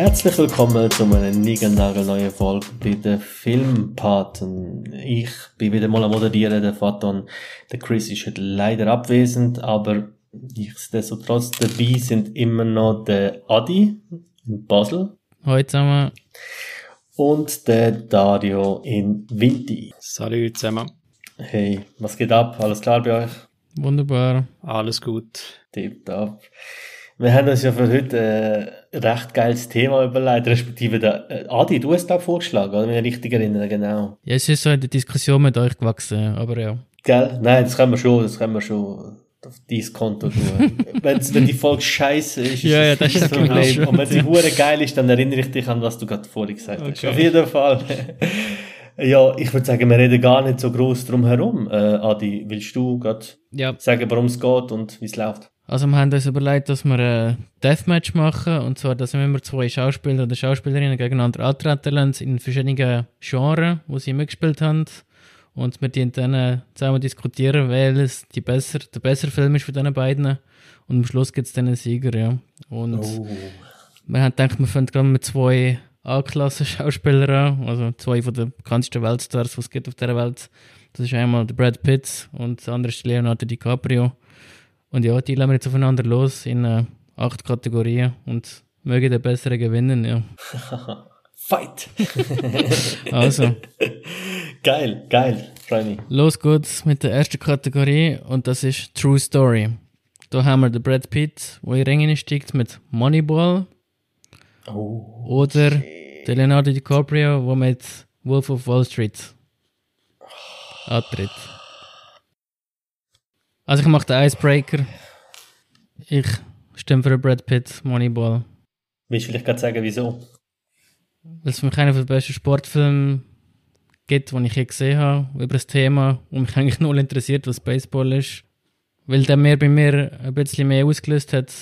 Herzlich willkommen zu einer niegelnagelneuen Folge bei den Filmpaten. Ich bin wieder mal am Moderieren, der Faton. Der Chris ist heute leider abwesend, aber nichtsdestotrotz dabei sind immer noch der Adi in Basel. Hallo zusammen. Und der Dario in Vinti. Salut zusammen. Hey, was geht ab? Alles klar bei euch? Wunderbar. Alles gut. Tipptopp. Wir haben uns ja für heute ein recht geiles Thema überlegt, respektive der Adi, du hast da vorgeschlagen, oder? Wenn ich richtig erinnere, genau. Ja, es ist so in der Diskussion mit euch gewachsen, aber ja. Gell? Nein, das können wir schon auf dein Konto tun. wenn die Folge scheiße ist, ja, das ist das Problem. Und wenn sie hure geil ist, dann erinnere ich dich an, was du gerade vorhin gesagt hast. Auf jeden Fall. Ja, ich würde sagen, wir reden gar nicht so gross drum herum. Adi, willst du gerade sagen, worum es geht und wie es läuft? Also wir haben uns überlegt, dass wir ein Deathmatch machen, und zwar, dass wir immer zwei Schauspieler oder Schauspielerinnen gegeneinander antreten lassen, in verschiedenen Genres, wo sie mitgespielt haben. Und wir dann zusammen diskutieren, welches der bessere Film ist von diesen beiden. Und am Schluss gibt es dann einen Sieger, ja. Und wir haben gedacht, wir fangen gerade mit zwei A-Klasse-Schauspielern an, also zwei von den bekanntesten Weltstars, die es gibt auf dieser Welt. Das ist einmal der Brad Pitt und der andere ist Leonardo DiCaprio. Und ja, die lassen wir jetzt aufeinander los in 8 Kategorien und mögen den Besseren gewinnen, ja. Fight! Also. Geil, freue mich. Los geht's mit der ersten Kategorie und das ist True Story. Da haben wir den Brad Pitt, der in den Ring steigt mit Moneyball. Oder der Leonardo DiCaprio, der mit Wolf of Wall Street antritt. Also ich mache den Icebreaker. Ich stimme für Brad Pitt, Moneyball. Willst du vielleicht gerade sagen, wieso? Weil es für mich einer der besten Filme gibt, den ich je gesehen habe, über das Thema, und mich eigentlich null interessiert, was Baseball ist. Weil der bei mir ein bisschen mehr ausgelöst hat,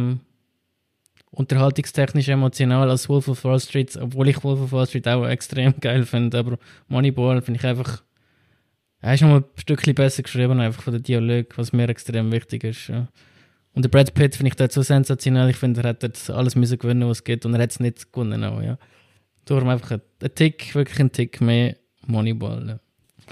unterhaltungstechnisch emotional als Wolf of Wall Street, obwohl ich Wolf of Wall Street auch extrem geil finde, aber Moneyball finde ich einfach, er ist noch ein Stückchen besser geschrieben, einfach von der Dialog, was mir extrem wichtig ist. Ja. Und der Brad Pitt finde ich dort so sensationell, ich finde, er hat dort alles müssen gewinnen, was es gibt, und er hat es nicht gewonnen auch, ja. Darum einfach wirklich ein Tick mehr Moneyball. Ja.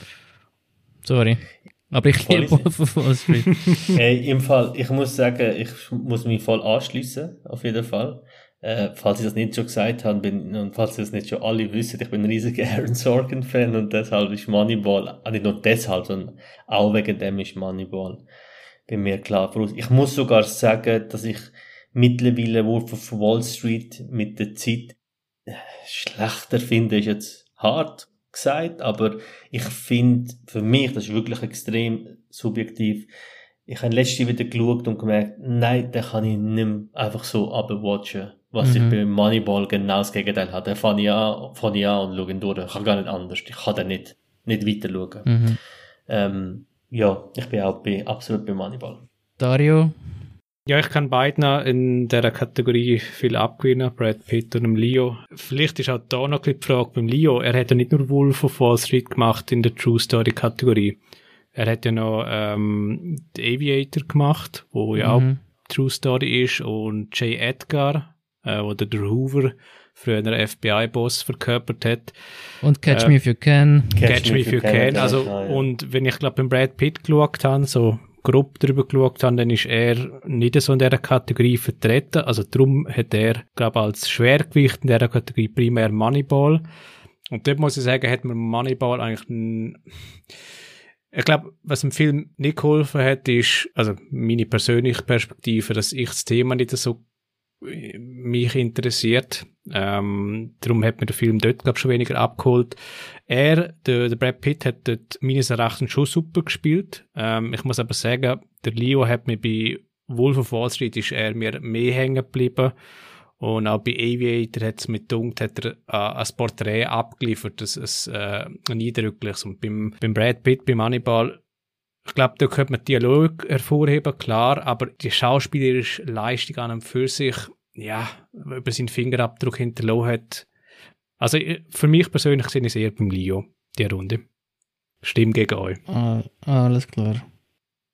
Sorry. Aber ich liebe Wolf of Wall Street. Hey, im Fall, ich muss sagen, ich muss mich voll anschliessen, auf jeden Fall. Falls ich das nicht schon gesagt habe, und falls das nicht schon alle wissen, ich bin ein riesiger Aaron Sorkin-Fan, und deshalb ist Moneyball, nicht nur deshalb, sondern auch wegen dem ist Moneyball bei mir klar voraus. Ich muss sogar sagen, dass ich mittlerweile Wolf of Wall Street mit der Zeit schlechter finde, ist jetzt hart gesagt, aber ich finde, für mich, das ist wirklich extrem subjektiv, ich habe letztens wieder geschaut und gemerkt, nein, den kann ich nicht mehr einfach so abwatchen, was ich bei Moneyball genau das Gegenteil habe. Den fange ich an und schaue ihn durch. Ich kann gar nicht anders. Ich kann den nicht weiter schauen. Ja, ich bin auch absolut bei Moneyball. Dario? Ja, ich kann beiden in dieser Kategorie viel abgewinnen, Brad Pitt und dem Leo. Vielleicht ist auch da noch ein bisschen die Frage beim Leo. Er hat ja nicht nur Wolf of Wall Street gemacht in der True Story Kategorie. Er hat ja noch The Aviator gemacht, wo ja auch True Story ist, und J. Edgar, wo der Hoover früher einen FBI-Boss verkörpert hat. Und Catch Me If You Can. Catch Me If You Can. Also, und wenn ich glaube beim Brad Pitt geschaut habe, so grob drüber geschaut habe, dann ist er nicht so in dieser Kategorie vertreten. Also darum hat er, glaube ich, als Schwergewicht in dieser Kategorie primär Moneyball. Und dort muss ich sagen, hat mir Moneyball eigentlich ich glaube, was dem Film nicht geholfen hat, ist, also meine persönliche Perspektive, dass ich das Thema nicht so mich interessiert. Darum hat mir der Film dort, glaube ich, schon weniger abgeholt. Der Brad Pitt hat dort meines Erachtens schon super gespielt. Ich muss aber sagen, der Leo hat mir bei Wolf of Wall Street ist er mir mehr hängen geblieben. Und auch bei Aviator hat es mit gedunkt, hat er ein Porträt abgeliefert, ein eindrückliches. Und beim Brad Pitt, beim Moneyball, ich glaube, da könnte man Dialog hervorheben, klar, aber die schauspielerische Leistung an und für sich, ja, über seinen Fingerabdruck hinterlassen hat. Also für mich persönlich sind es eher beim Leo, die Runde. Stimme gegen euch. Alles klar.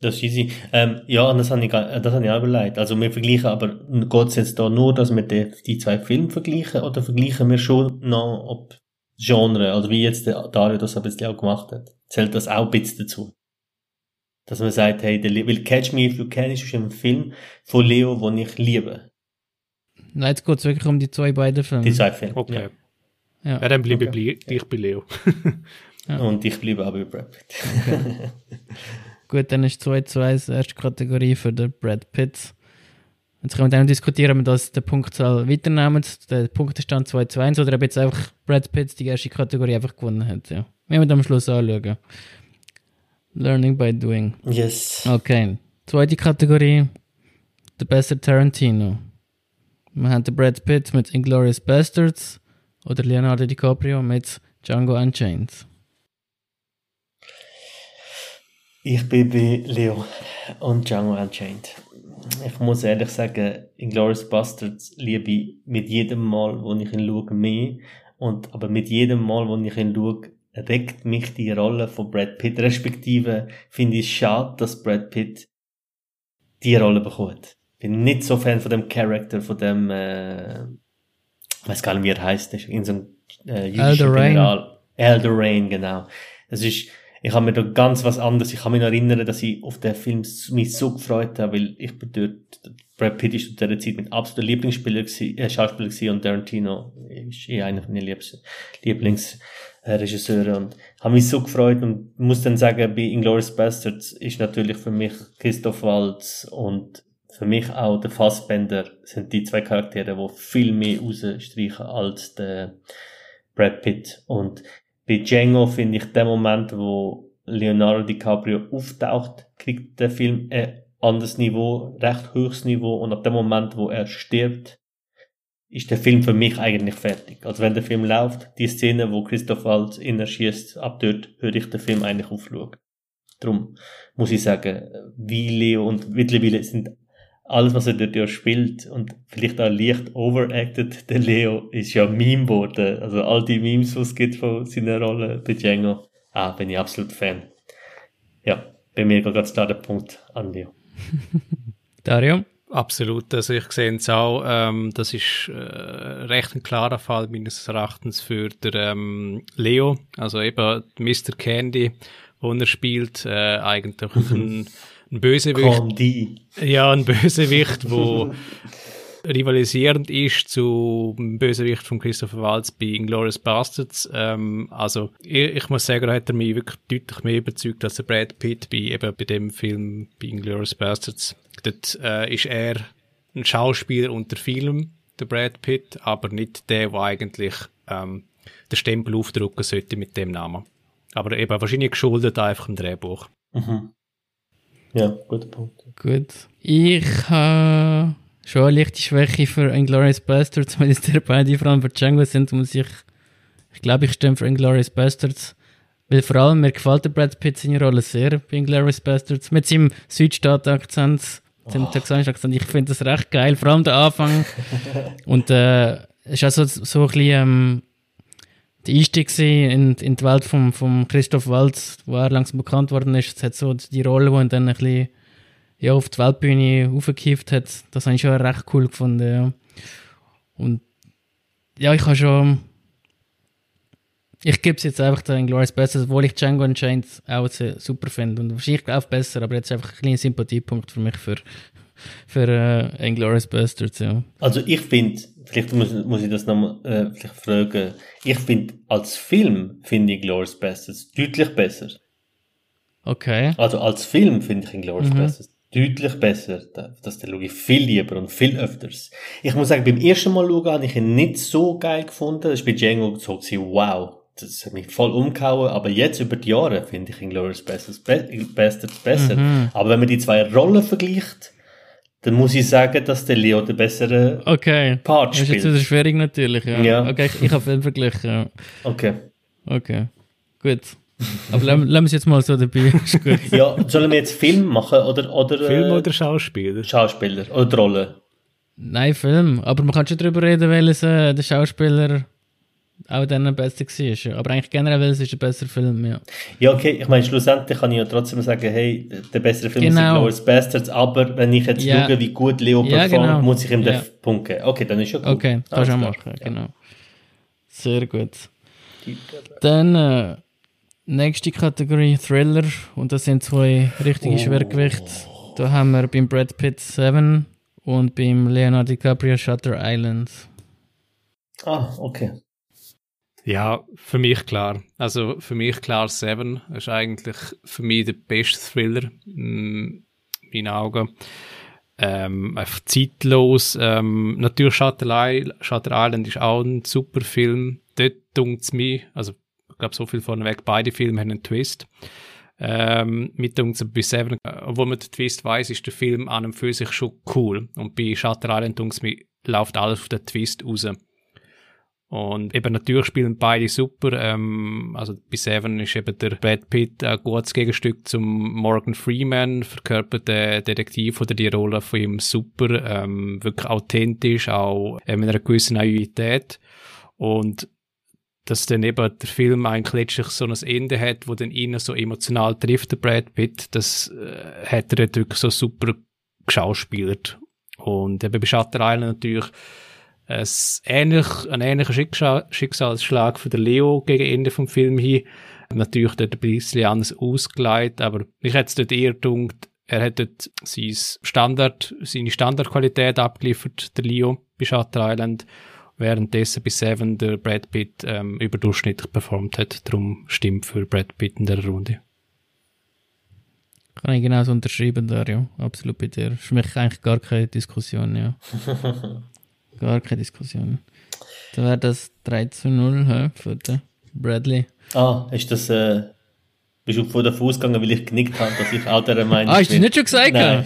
Das ist easy. Ja, und das habe ich auch überlegt. Also wir vergleichen, aber geht es jetzt da nur, dass wir die zwei Filme vergleichen, oder vergleichen wir schon noch ob Genre, oder wie jetzt der Dario das ein bisschen auch gemacht hat? Zählt das auch ein bisschen dazu? Dass man sagt, hey, weil Catch Me If You Can ist ein Film von Leo, den ich liebe. Nein, jetzt geht es wirklich um die beiden Filme. Die zwei Filme. Okay. Ja. Ja, dann bleibe ich bei Leo. Ja. Und ich bleibe auch bei Brad Pitt. Okay. Gut, dann ist 2-2 die erste Kategorie für den Brad Pitt. Jetzt können wir dann diskutieren, ob wir das den Punktzahl weiternehmen, der Punktestand 2-2, oder ob jetzt einfach Brad Pitt die erste Kategorie einfach gewonnen hat. Ja. Wir werden am Schluss anschauen. Learning by doing. Yes. Okay. Zweite Kategorie, der beste Tarantino. Wir haben den Brad Pitt mit Inglourious Basterds oder Leonardo DiCaprio mit Django Unchained. Ich bin bei Leo und Django Unchained. Ich muss ehrlich sagen, Inglourious Basterds liebe ich mit jedem Mal, wo ich ihn schaue, mehr. Aber mit jedem Mal, wo ich ihn schaue, regt mich die Rolle von Brad Pitt. Respektive finde ich es schade, dass Brad Pitt die Rolle bekommt. Ich bin nicht so Fan von dem Charakter, von dem, ich weiß gar nicht, wie er heißt, in so einem jüdischen General. Elder genau. Ich habe mir da ganz was anderes. Ich kann mich noch erinnern, dass ich auf den Film mich so gefreut habe, weil ich bin dort, Brad Pitt ist zu dieser Zeit mein absoluter Lieblingsspieler Schauspieler gewesen, und Tarantino ist einer meiner Lieblingsregisseure, und habe mich so gefreut, und muss dann sagen, bei Inglourious Basterds ist natürlich für mich Christoph Waltz und für mich auch der Fassbender sind die zwei Charaktere, die viel mehr rausstreichen als der Brad Pitt. Und bei Django finde ich, den Moment, wo Leonardo DiCaprio auftaucht, kriegt der Film ein anderes Niveau, recht hohes Niveau, und ab dem Moment, wo er stirbt, ist der Film für mich eigentlich fertig. Also wenn der Film läuft, die Szene, wo Christoph Waltz ihn erschießt, ab dort höre ich den Film eigentlich aufschauen. Darum muss ich sagen, wie Leo, und mittlerweile sind alles, was er dort ja spielt, und vielleicht auch leicht overacted, der Leo, ist ja Meme geworden. Also all die Memes, die es gibt von seiner Rolle bei Django, bin ich absolut Fan. Ja, bei mir geht ganz klar der Punkt an Leo. Dario? Absolut, also ich sehe es auch, das ist recht ein klarer Fall meines Erachtens für den Leo, also eben Mr. Candy, wo er spielt, eigentlich ein Bösewicht. Ja, ein Bösewicht, wo rivalisierend ist zu dem Bösewicht von Christopher Waltz bei Inglourious Basterds. Also ich muss sagen, da hat er mich wirklich deutlich mehr überzeugt als der Brad Pitt bei dem Film bei Inglourious Basterds. Dort ist er ein Schauspieler unter Film, der Brad Pitt, aber nicht der eigentlich den Stempel aufdrücken sollte mit dem Namen. Aber eben wahrscheinlich geschuldet einfach im Drehbuch. Mhm. Ja, guter Punkt. Gut. Ich habe schon eine leichte Schwäche für Inglourious Basterds, weil es der beide vor allem für Django sind, ich glaube, ich stimme für Inglourious Basterds, weil vor allem mir gefällt der Brad Pitt seine Rolle sehr bei Inglourious Basterds, mit seinem Südstaat-Akzent, dem texanischen Akzent, ich finde das recht geil, vor allem der Anfang. Und es ist auch so ein bisschen der Einstieg in die Welt von Christoph Waltz, wo er langsam bekannt worden ist. Es hat so die Rolle, die ihn dann ein bisschen auf die Weltbühne aufgekifft hat. Das habe ich schon recht cool gefunden. Ja. Und ja, ich gebe es jetzt einfach den Inglourious Basterds, obwohl ich Django Unchained auch super finde. Und wahrscheinlich auch besser, aber jetzt einfach ein kleiner Sympathiepunkt für mich für Inglourious Basterds, ja. Also ich finde, vielleicht muss ich das nochmal vielleicht fragen, ich finde, als Film finde ich Inglourious Basterds deutlich besser. Okay. Also als Film finde ich Inglourious Basterds deutlich besser. Das schaue ich viel lieber und viel öfters. Ich muss sagen, beim ersten Mal schauen habe ich ihn nicht so geil gefunden. Das ist bei Django so gewesen, wow, das hat mich voll umgehauen. Aber jetzt über die Jahre finde ich Inglourious Basterds besser. Aber wenn man die zwei Rollen vergleicht, dann muss ich sagen, dass der Leo der bessere Part spielt. Das ist jetzt wieder schwierig natürlich, ja. Okay, ich habe Film verglichen, ja. Okay, gut. Aber lassen wir es jetzt mal so dabei. Ist gut. Ja, sollen wir jetzt Film machen oder Film oder Schauspieler? Schauspieler oder die Rolle? Nein, Film. Aber man kann schon darüber reden, welches der Schauspieler auch dann besser war. Aber eigentlich generell ist es ein besserer Film, ja. Ja, okay, ich meine, schlussendlich kann ich ja trotzdem sagen, hey, der bessere Film ist Inglourious Basterds, aber wenn ich jetzt schaue, wie gut Leo performt, muss ich ihm den Punkt geben. Okay, dann ist schon gut. Okay, kannst du auch machen, genau. Sehr gut. Dann nächste Kategorie Thriller und das sind 2 richtige Schwergewichte. Da haben wir beim Brad Pitt Seven und beim Leonardo DiCaprio Shutter Island. Okay. Ja, für mich klar. Also für mich klar Seven ist eigentlich für mich der beste Thriller in meinen Augen. Einfach zeitlos. Natürlich Shutter Island ist auch ein super Film. Dort dunkt es mich, also ich glaube so viel vorneweg, beide Filme haben einen Twist. Mit dunkt bei Seven, obwohl man den Twist weiss, ist der Film an und für sich schon cool. Und bei Shutter Island dunkt es mich, läuft alles auf den Twist raus. Und eben natürlich spielen beide super. Also bei Seven ist eben der Brad Pitt ein gutes Gegenstück zum Morgan Freeman, verkörpert der Detektiv oder die Rolle von ihm super, wirklich authentisch, auch mit einer gewissen Naivität. Und dass dann eben der Film eigentlich letztlich so ein Ende hat, wo dann ihn so emotional trifft, der Brad Pitt, das hat er wirklich so super geschauspielert. Und eben bei Shutter Island natürlich ein ähnlicher Schicksalsschlag für den Leo gegen Ende vom Film hin. Natürlich dort ein bisschen anders ausgelegt, aber ich hätte es dort eher gedacht, er hat dort seine Standardqualität abgeliefert, der Leo, bei Shutter Island, währenddessen bei Seven der Brad Pitt überdurchschnittlich performt hat. Darum stimmt für Brad Pitt in der Runde. Kann ich genauso unterschreiben, Dario. Absolut bei dir. Für mich eigentlich gar keine Diskussion, ja. Gar keine Diskussion. Dann wäre das 3-0 für den Bradley. Ist das... Bist du von davon ausgegangen, weil ich genickt habe, dass ich auch dieser Meinung bin? Hast du nicht schon gesagt? Nein.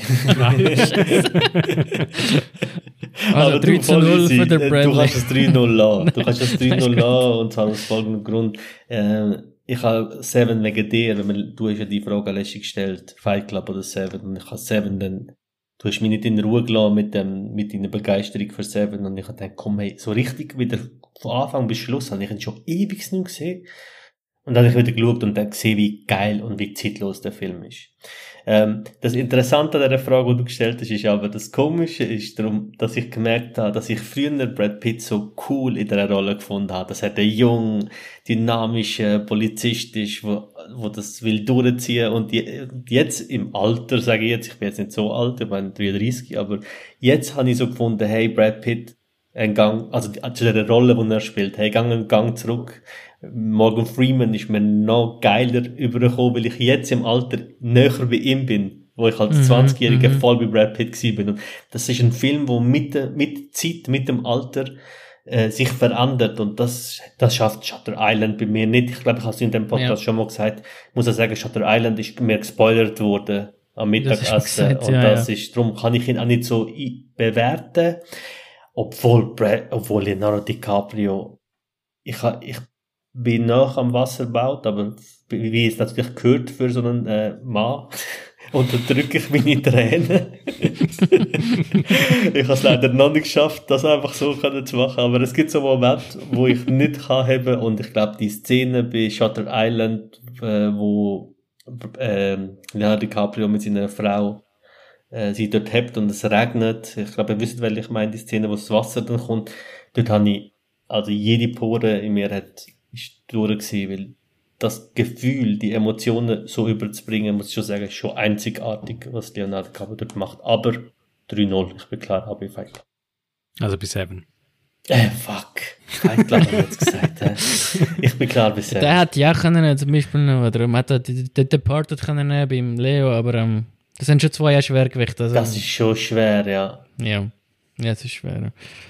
Also 3-0 für den Bradley. Du kannst das 3-0 lassen. Du kannst das 3-0 lassen und zwar aus folgendem Grund. Ich habe Seven wegen dir, du hast ja die Frage letztens gestellt, Fight Club oder Seven, und ich habe Seven dann, du hast mich nicht in Ruhe gelassen mit deiner Begeisterung für Seven, und ich habe gedacht, komm, hey, so richtig wieder von Anfang bis Schluss habe ich ihn schon ewig nicht gesehen. Und dann habe ich wieder geschaut und dann gesehen, wie geil und wie zeitlos der Film ist. Das Interessante an dieser Frage, die du gestellt hast, ist aber, das Komische ist darum, dass ich gemerkt habe, dass ich früher Brad Pitt so cool in dieser Rolle gefunden habe, dass er der jung, dynamische Polizist ist, wo das will durchziehen, und jetzt im Alter, sage ich jetzt, ich bin jetzt nicht so alt, ich bin 33, aber jetzt habe ich so gefunden, hey, Brad Pitt, einen Gang, also zu der Rolle, die er spielt, hey, einen Gang zurück. Morgan Freeman ist mir noch geiler übergekommen, weil ich jetzt im Alter näher bei ihm bin, wo ich als 20-Jähriger voll bei Brad Pitt gewesen bin. Und das ist ein Film, der mit der Zeit, mit dem Alter sich verändert, und das schafft Shutter Island bei mir nicht. Ich glaube, ich habe es in dem Podcast schon mal gesagt. Ich muss auch sagen, Shutter Island ist mir gespoilert worden am Mittagessen, und das ist, darum kann ich ihn auch nicht so bewerten, obwohl Leonardo DiCaprio, ich bin noch am Wasser gebaut, aber wie es natürlich gehört für so einen Mann, unterdrücke ich meine Tränen. Ich habe es leider noch nicht geschafft, das einfach so zu machen, aber es gibt so Momente, wo ich nicht kann haben, und ich glaube, die Szene bei Shutter Island, wo Leonardo DiCaprio mit seiner Frau sie dort hebt und es regnet, ich glaube, ihr wisst, welche ich meine, die Szene, wo das Wasser dann kommt, dort habe ich, also jede Pore in mir ist durch gewesen, weil das Gefühl, die Emotionen so überzubringen, muss ich schon sagen, ist schon einzigartig, was Leonardo DiCaprio dort macht. Aber 3-0, ich bin klar, habe ich Fight Club. Also bei Seven. Fuck. Fight Club habe ich jetzt gesagt. Ich bin klar bei Seven. Der hat ja können, zum Beispiel noch, oder man hat den Departed können beim Leo, aber das sind schon 2 Schwergewichte. Also, das ist schon schwer, ja. Ja, es ist schwer.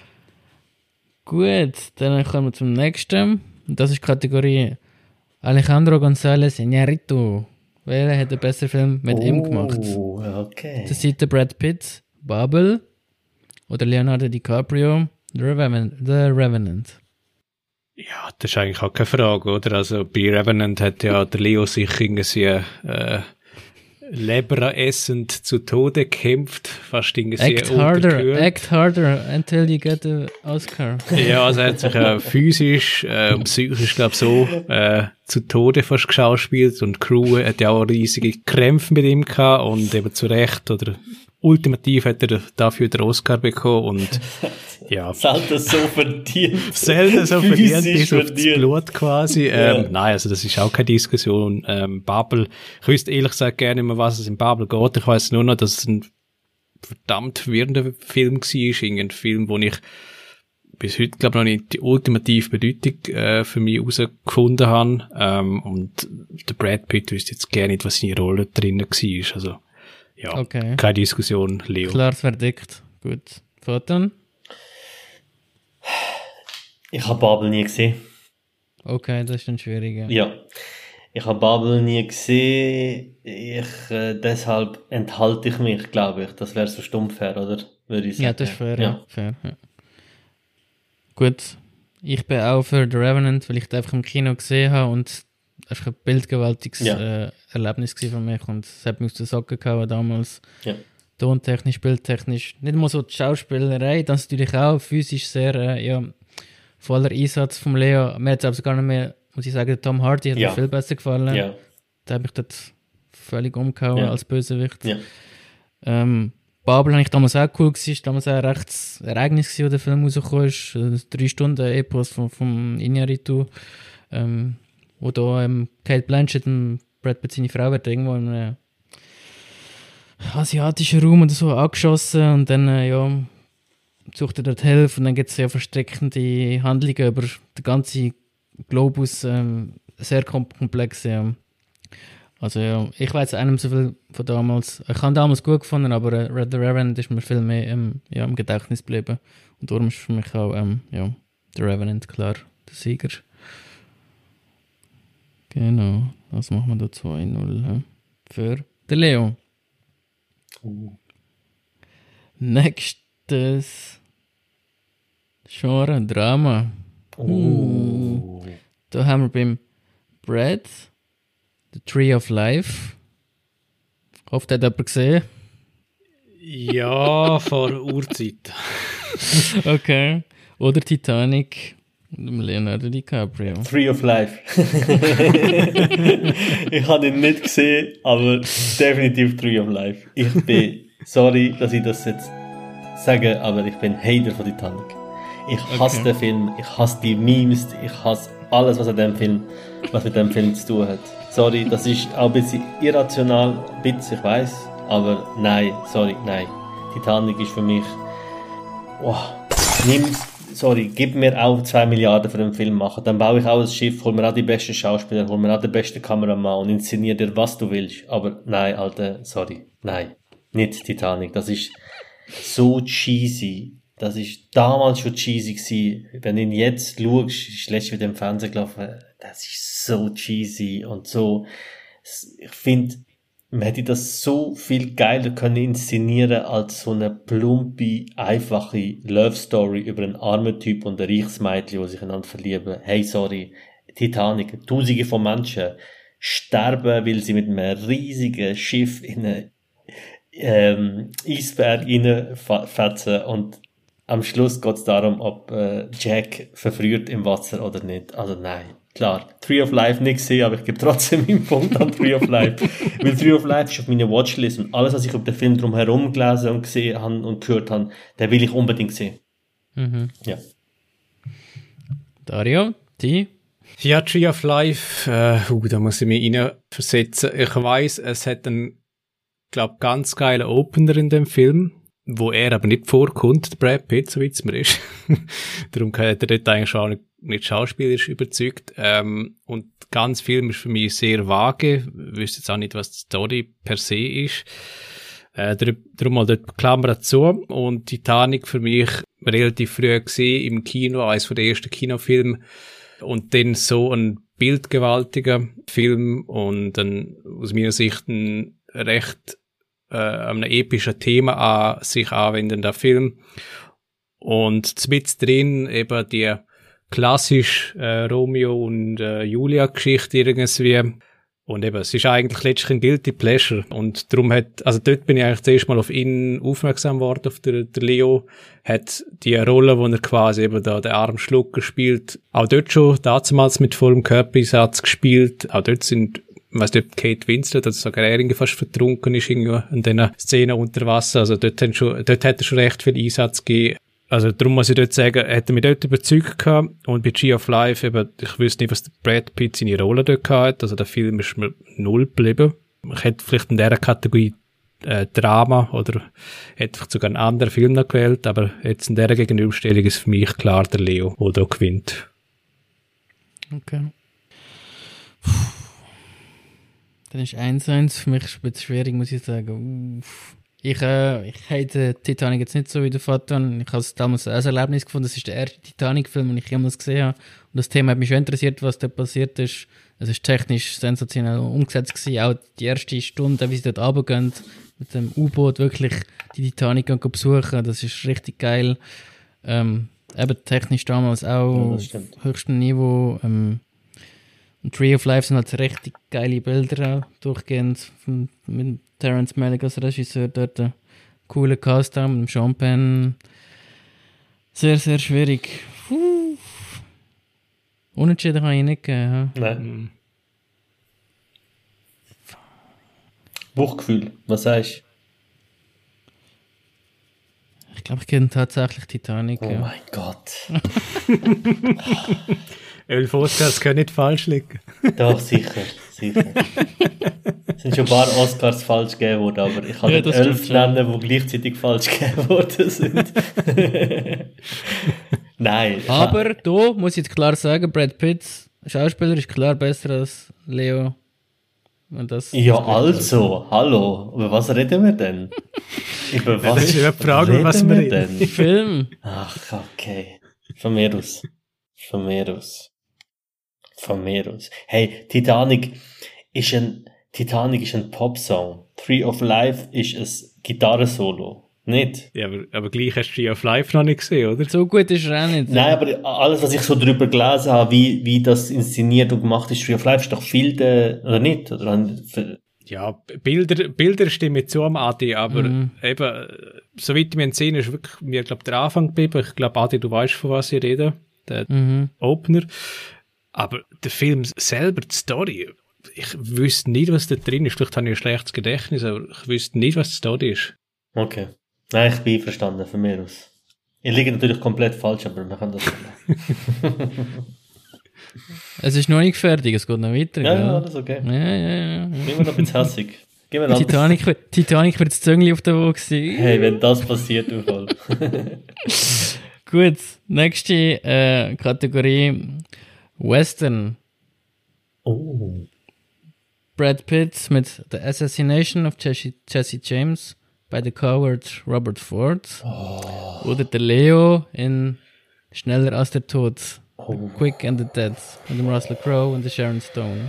Gut, dann kommen wir zum nächsten. Das ist die Kategorie Alejandro González Iñárritu. Wer hat den besseren Film mit ihm gemacht? Okay. Das sind der Brad Pitt, Babel, oder Leonardo DiCaprio, The Revenant. Ja, das ist eigentlich auch keine Frage, oder? Also bei Revenant hat ja der Leo sich irgendwie Leber essend zu Tode kämpft, fast irgendwie sehr Act harder until you get the Oscar. Ja, also er hat sich physisch und psychisch, glaube ich, so zu Tode fast geschauspielt und die Crew hat ja auch riesige Krämpfe mit ihm gehabt und eben zu Recht oder ultimativ hat er dafür den Oscar bekommen und ja. Selten so verdient. Selten so verdient, bis auf das Blut quasi. Ja. Nein, also das ist auch keine Diskussion. Babel, ich wüsste ehrlich gesagt gerne nicht mehr, was es in Babel geht. Ich weiss nur noch, dass es ein verdammt verwirrender Film war. Ein Film, wo ich bis heute, glaube ich, noch nicht die ultimative Bedeutung für mich herausgefunden habe. Und der Brad Pitt wüsste jetzt gerne nicht, was seine Rolle drinnen war. Also, ja, okay. Keine Diskussion, Leo. Klares Verdikt. Gut. Foton? Ich habe Babel nie gesehen. Okay, das ist dann schwierig. Ja. Ich habe Babel nie gesehen. Deshalb enthalte ich mich, glaube ich. Das wäre so stumpf fair, oder? Würde ich sagen. Ja, das ist fair. Ja. Fair, ja. Gut. Ich bin auch für The Revenant, weil ich den einfach im Kino gesehen habe und einfach ein bildgewaltiges Erlebnis war für mich und es hat mich aus den Socken gehauen damals. Ja. Tontechnisch, bildtechnisch. Nicht mal so die Schauspielerei, das ist natürlich auch physisch sehr, voller Einsatz vom Leo. Mir hat es aber gar nicht mehr, muss ich sagen, Tom Hardy hat mir viel besser gefallen. Ja. Da habe ich dort völlig umgehauen als Bösewicht. Ja. Babel habe ich damals auch cool gewesen, damals auch ein rechtes Ereignis gewesen, wo der Film rausgekommen ist. 3 Stunden Epos vom Iñárritu, wo da Cate Blanchett und Brad Pitt seine Frau wird irgendwo in einem asiatischen Raum oder so angeschossen und dann sucht er dort Hilfe und dann gibt es ja verstrickende Handlungen über den ganzen Globus, sehr komplex. Ja. Also ja, ich weiß auch nicht so viel von damals. Ich habe damals gut gefunden, aber The Revenant ist mir viel mehr im Gedächtnis geblieben. Und darum ist für mich auch The Revenant klar der Sieger. Genau, das machen wir da 2-0 für den Leo. Nächstes Genre, Drama. Da haben wir beim Brad The Tree of Life. Ich hoffe, das hat jemand gesehen. Ja, vor Urzeit. Okay. Oder Titanic. Leonardo DiCaprio. Tree of Life. Ich habe ihn nicht gesehen, aber definitiv Tree of Life. Ich bin, sorry, dass ich das jetzt sage, aber ich bin Hater von Titanic. Ich hasse den Film, ich hasse die Memes, ich hasse alles, was mit dem Film zu tun hat. Sorry, das ist auch ein bisschen irrational, ich weiß, aber nein. Titanic ist für mich, gib mir auch 2 Milliarden für den Film machen, dann baue ich auch ein Schiff, hol mir auch die besten Schauspieler, hol mir auch den besten Kameramann und inszeniere dir, was du willst. Aber nein, Alter, nein, nicht Titanic, das ist so cheesy. Das ist damals schon cheesy gewesen. Wenn du ihn jetzt schaust, ist letztens wieder im Fernsehen gelaufen, das ist so cheesy und so. Ich finde, man hätte das so viel geiler können inszenieren als so eine plumpe, einfache Love Story über einen armen Typ und ein reiches Mädchen, die sich einander verlieben. Hey, sorry, Titanic, Tausende von Menschen sterben, weil sie mit einem riesigen Schiff in einen Eisberg reinfetzen und am Schluss geht es darum, ob Jack verfriert im Wasser oder nicht. Also nein, klar. Tree of Life nicht gesehen, aber ich gebe trotzdem meinen Punkt an Tree of Life. Weil Tree of Life ist auf meiner Watchlist und alles, was ich über den Film drumherum gelesen und gesehen habe und gehört habe, den will ich unbedingt sehen. Mhm. Ja. Dario, die? Ja, Tree of Life, da muss ich mich reinversetzen. Ich weiss, es hat einen, glaube ganz geilen Opener in dem Film, wo er aber nicht vorkommt, der Brad Pitt, so wie es mir ist. Darum hat er dort eigentlich auch nicht schauspielerisch überzeugt. Und ganz Film ist für mich sehr vage. Ich wüsste jetzt auch nicht, was die Story per se ist. Darum mal dort Klammer dazu. Und Titanic für mich relativ früh gesehen im Kino, eines der ersten Kinofilme. Und dann so ein bildgewaltiger Film und dann aus meiner Sicht ein recht einem epischen Thema sich anwendender Film. Und mit drin eben die klassisch Romeo und Julia Geschichte irgendwie. Und eben, es ist eigentlich letztlich ein Guilty Pleasure. Und darum dort bin ich eigentlich zuerst mal auf ihn aufmerksam geworden, auf der Leo. Hat die Rolle, wo er quasi eben da den Armschlucker spielt, auch dort schon damals mit vollem Körpereinsatz gespielt. Auch dort sind, ich weiss nicht, Kate Winslet, also sogar er irgendwie fast vertrunken ist irgendwo in diesen Szenen unter Wasser. Also dort hat er schon recht viel Einsatz gegeben. Also darum muss ich dort sagen, hat er mich dort überzeugt gehabt. Und bei G of Life eben, ich wüsste nicht, was der Brad Pitt seine Rolle dort hat. Also der Film ist mir 0 geblieben. Ich hätte vielleicht in dieser Kategorie Drama oder hätte vielleicht sogar einen anderen Film noch gewählt, aber jetzt in dieser Gegenüberstellung ist für mich klar der Leo, der da gewinnt. Okay. Dann ist 1-1 für mich ein bisschen schwierig, muss ich sagen. Ich hate Titanic jetzt nicht so wie der Vater. Ich habe es damals als Erlebnis gefunden. Das ist der erste Titanic-Film, den ich jemals gesehen habe. Und das Thema hat mich schon interessiert, was da passiert ist. Es ist technisch sensationell umgesetzt gewesen. Auch die erste Stunde, wie sie dort runtergehen, mit dem U-Boot wirklich die Titanic besuchen. Das ist richtig geil. Eben technisch damals auch höchstem Niveau. Und Tree of Life sind halt richtig geile Bilder auch durchgehend mit Terrence Malick als Regisseur dort. Cooler Cast auch mit dem Sean Penn. Sehr, sehr schwierig. Unentschieden kann ich nicht geben. Nein. Bauchgefühl, was sagst du? Ich glaube, ich kenne tatsächlich Titanic. Oh mein Gott. 11 Oscars können nicht falsch liegen. Doch, sicher. Es sind schon ein paar Oscars falsch gegeben worden, aber ich kann nicht 11 nennen, die gleichzeitig falsch gegeben worden sind. Nein. Aber da muss ich jetzt klar sagen, Brad Pitts Schauspieler ist klar besser als Leo. Und das also, hallo, über was reden wir denn? Über was das ist eine Frage, was wir denn? Film. Ach, okay. Von mir aus. Hey, Titanic ist ein Popsong. Tree of Life ist ein Gitarrensolo. Nicht? Ja, aber gleich hast du Tree of Life noch nicht gesehen, oder? So gut ist er auch nicht. Nein, aber alles, was ich so drüber gelesen habe, wie das inszeniert und gemacht ist, Tree of Life, ist doch viel, oder nicht? Oder ja, Bilder stimmen zu am Adi, aber eben, soweit ich mich entsinne, ist wirklich mir, glaube der Anfang geblieben. Ich glaube, Adi, du weißt, von was ich rede. Der Opener. Aber der Film selber, die Story, ich wüsste nicht, was da drin ist. Vielleicht habe ich ein schlechtes Gedächtnis, aber ich wüsste nicht, was die Story ist. Okay. Nein, ich bin einverstanden, von mir aus. Ich liege natürlich komplett falsch, aber wir können das machen. Es ist noch nicht fertig, es geht noch weiter. Ja, das ist okay. Ja. Immer noch ein bisschen hässig. Titanic wird das Zöngli auf der Woche sein. Hey, wenn das passiert, du voll. Gut, nächste Kategorie Western. Oh. Brad Pitt mit The Assassination of Jesse James bei The Coward Robert Ford. Oder der Leo in Schneller als der Tod. Quick and the Dead mit dem Russell Crowe und der Sharon Stone.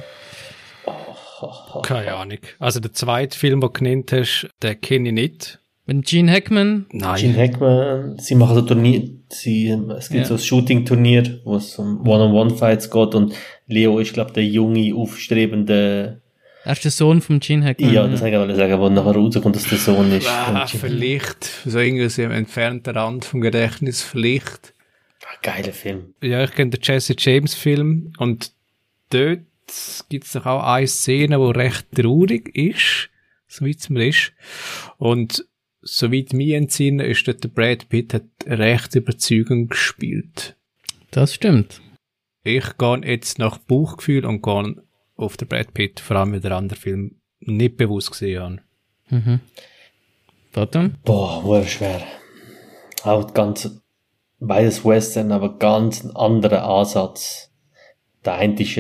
Keine Ahnung. Also der zweite Film, den du genannt hast, den kenne ich nicht. Mit Gene Hackman? Nein. Gene Hackman, sie machen so Turnier, es gibt so ein Shooting-Turnier, wo es um One-on-One-Fights geht und Leo ist, glaube ich, der junge, aufstrebende... Er ist der Sohn von Gene Hackman. Ja, das wollte ich sagen, wo nachher rauskommt, dass der Sohn ist. Vielleicht, so irgendwie am entfernten Rand vom Gedächtnis, vielleicht. Geiler Film. Ja, ich kenne den Jesse James Film und dort gibt es doch auch eine Szene, die recht traurig ist, soweit es mir ist. Und soweit mich entsinne, ist dort der Brad Pitt hat recht überzeugend gespielt. Das stimmt. Ich gehe jetzt nach Bauchgefühl und gehe auf den Brad Pitt, vor allem, weil der andere Film nicht bewusst gesehen habe. Warte. Boah, wo schwer. Auch ganz, beides Western, aber ganz ein anderer Ansatz. Der eine ist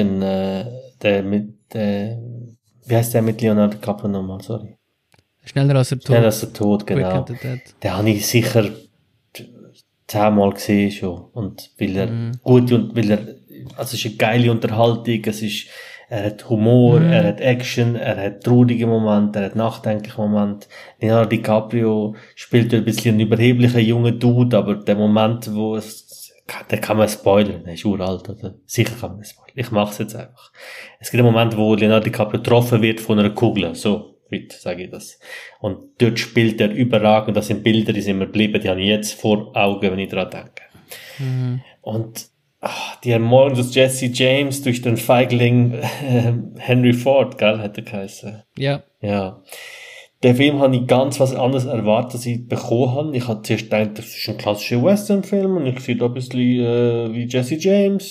wie heißt der mit Leonardo DiCaprio nochmal, sorry. Schneller als der Tod. Schneller als der Tod, genau. Den habe ich sicher 10-mal gesehen schon. Und weil er gut und also es ist eine geile Unterhaltung, er hat Humor, er hat Action, er hat traurige Momente, er hat nachdenkliche Momente. Leonardo DiCaprio spielt ein bisschen einen überheblichen jungen Dude, aber der Moment, wo es den kann man spoilern, der ist uralt, oder? Sicher kann man das spoilern. Ich mach's jetzt einfach. Es gibt einen Moment, wo Leonardo DiCaprio getroffen wird von einer Kugel, so weit sage ich das. Und dort spielt er überragend, das sind Bilder, die sind mir geblieben, die habe ich jetzt vor Augen, wenn ich daran denke. Mhm. Und die Ermordung des Jesse James durch den Feigling Henry Ford, gell, hat er geheißen. Ja. Ja. Der Film habe ich ganz was anderes erwartet, als ich bekommen habe. Ich hatte zuerst gedacht, das ist ein klassischer Western-Film und ich sehe da ein bisschen wie Jesse James,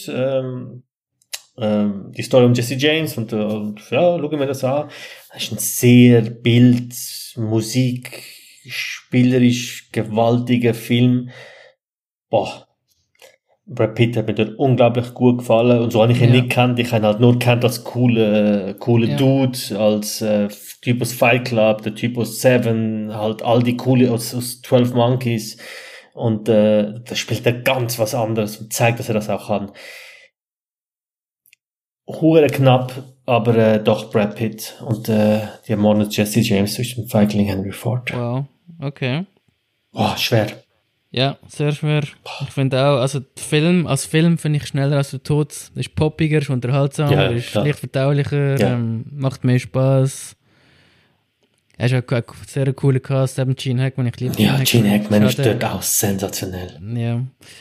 die Story um Jesse James und ja, schauen wir das an. Das ist ein sehr Musik, spielerisch gewaltiger Film. Boah. Brad Pitt hat mir dort unglaublich gut gefallen und so habe ich ihn nicht gekannt. Ich habe ihn halt nur gekannt als cooler Dude, als Typ aus Fight Club, der Typ aus Seven, halt all die coole aus 12 Monkeys und da spielt er ganz was anderes und zeigt, dass er das auch kann. Hure knapp, aber doch Brad Pitt und die Ermordung Jesse James durch den Feigling Henry Ford. Wow, okay. Boah, schwer. Ja, sehr schwer. Ich finde auch, also als Film finde ich schneller als der Tod. Das ist poppiger, ist unterhaltsamer, ist leicht verdaulicher, macht mehr Spaß. Er ist auch ein sehr cooler Cast, eben Gene Hackman, ich liebe Gene Hackman. Ja, Gene Hackman ist dort auch sensationell. Ja.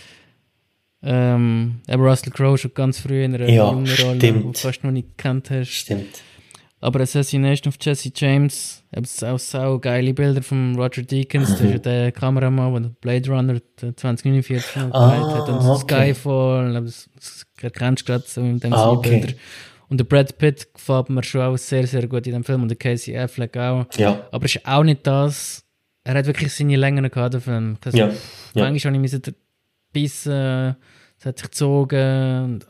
Aber Russell Crowe schon ganz früh in einer jungen Rolle, die du fast noch nicht gekannt hast. Stimmt. Aber Assassination of Jesse James, es auch so geile Bilder von Roger Deakins, das ist ja der Kameramann, der Blade Runner 2049 geleitet hat und Skyfall, das erkennst du gerade so in dem Bilder. Und der Brad Pitt gefällt mir schon auch sehr, sehr gut in dem Film und der Casey Affleck auch. Ja. Aber es ist auch nicht das, er hat wirklich seine Längen gehabt, der Film. Also, manchmal habe ich mich bissen, es hat sich gezogen und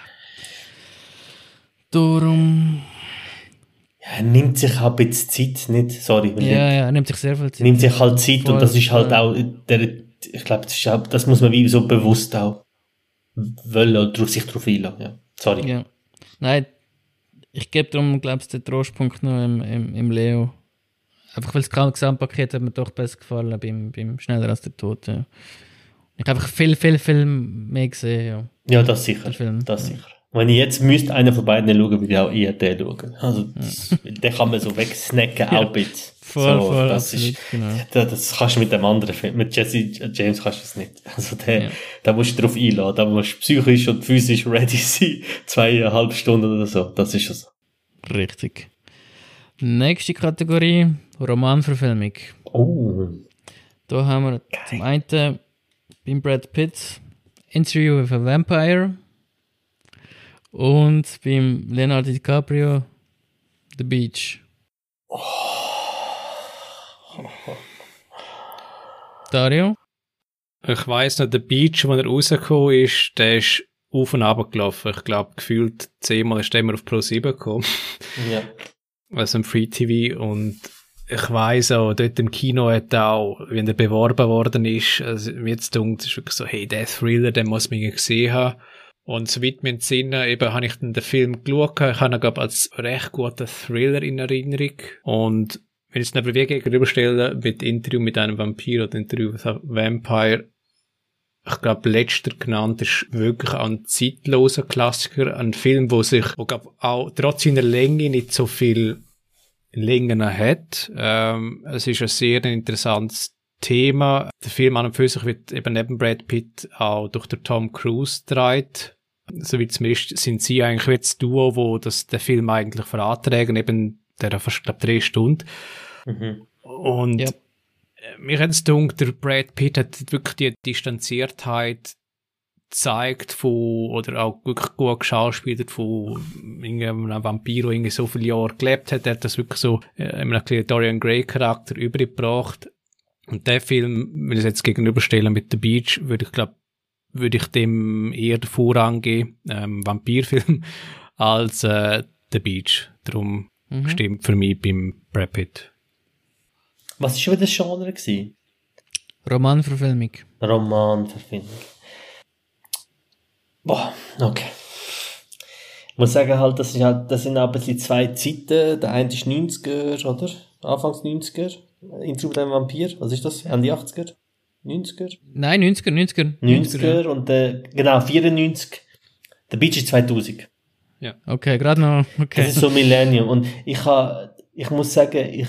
darum... Er nimmt sich auch ein bisschen Zeit, nicht? Sorry. Er nimmt sich sehr viel Zeit. Nimmt sich halt Zeit und das ist halt auch, ich glaube, das muss man wie so bewusst auch wollen oder sich darauf einlassen. Ja. Sorry. Ja. Nein, ich gebe darum, glaube ich, den Trostpunkt noch im Leo. Einfach weil das Gesamtpaket hat mir doch besser gefallen beim Schneller als der Tod. Ja. Ich habe einfach viel mehr gesehen. Ja, ja das sicher. Das sicher. Wenn ich jetzt müsste einen von beiden schauen, würde ich auch eher den schauen. Also, den kann man so wegsnacken, auch ein bisschen. Voll, das absolut, genau. Das kannst du mit dem anderen Film, mit Jesse James kannst du das nicht. Also, da musst du drauf einladen, da musst du psychisch und physisch ready sein. 2,5 Stunden oder so. Das ist schon so. Richtig. Nächste Kategorie, Romanverfilmung. Oh. Da haben wir zum einen beim Brad Pitt Interview with a Vampire. Und beim Leonardo DiCaprio The Beach. Oh. Dario? Ich weiss noch, The Beach, als er rausgekommen ist, der ist auf und runter gelaufen. Ich glaube, gefühlt 10-mal ist der immer auf Pro 7 gekommen. Ja. Also im Free TV. Und ich weiss auch, dort im Kino hat auch, wenn er beworben worden ist, also mir jetzt denkt, ist wirklich so, hey, der Thriller, den muss man gesehen haben. Und soweit mir entsinnen, eben habe ich dann den Film geschaut. Ich habe ihn, glaube ich, als recht guten Thriller in Erinnerung. Und wenn ich es neben wie gegenüberstelle mit Interview mit einem Vampir oder Interview mit einem Vampire, ich glaube, letzter genannt ist wirklich ein zeitloser Klassiker. Ein Film, wo glaube auch trotz seiner Länge nicht so viel Längen hat. Es ist ein sehr interessantes Thema. Der Film an und für sich wird eben neben Brad Pitt auch durch den Tom Cruise gedreht. So wie zumindest sind sie eigentlich wie das Duo, wo der Film eigentlich veranträgen, eben der fast, glaube 3 Stunden. Mhm. Und mir hat es gedacht, der Brad Pitt hat wirklich die Distanziertheit gezeigt oder auch wirklich gut geschauspielert von einem Vampir, der irgendwie so viele Jahre gelebt hat. Er hat das wirklich so in einem Dorian Gray-Charakter übergebracht. Und der Film, wenn ich es jetzt gegenüberstelle mit The Beach, würde ich dem eher den Vorrang geben, Vampirfilm, als The Beach. Darum stimmt für mich beim Brad Pitt. Was war schon wieder das Genre gewesen? Romanverfilmung. Romanverfilmung. Boah, okay. Ich muss sagen, halt, das sind auch ein bisschen zwei Zeiten. Der eine ist 90er, oder? Anfangs 90er. Interview mit einem Vampir. Was ist das? Ende 80er? 90er? Nein, 90er. 90er und genau, 94. The Beach ist 2000. Ja. Okay, gerade noch. Okay. Das ist so Millennium. Und ich muss sagen,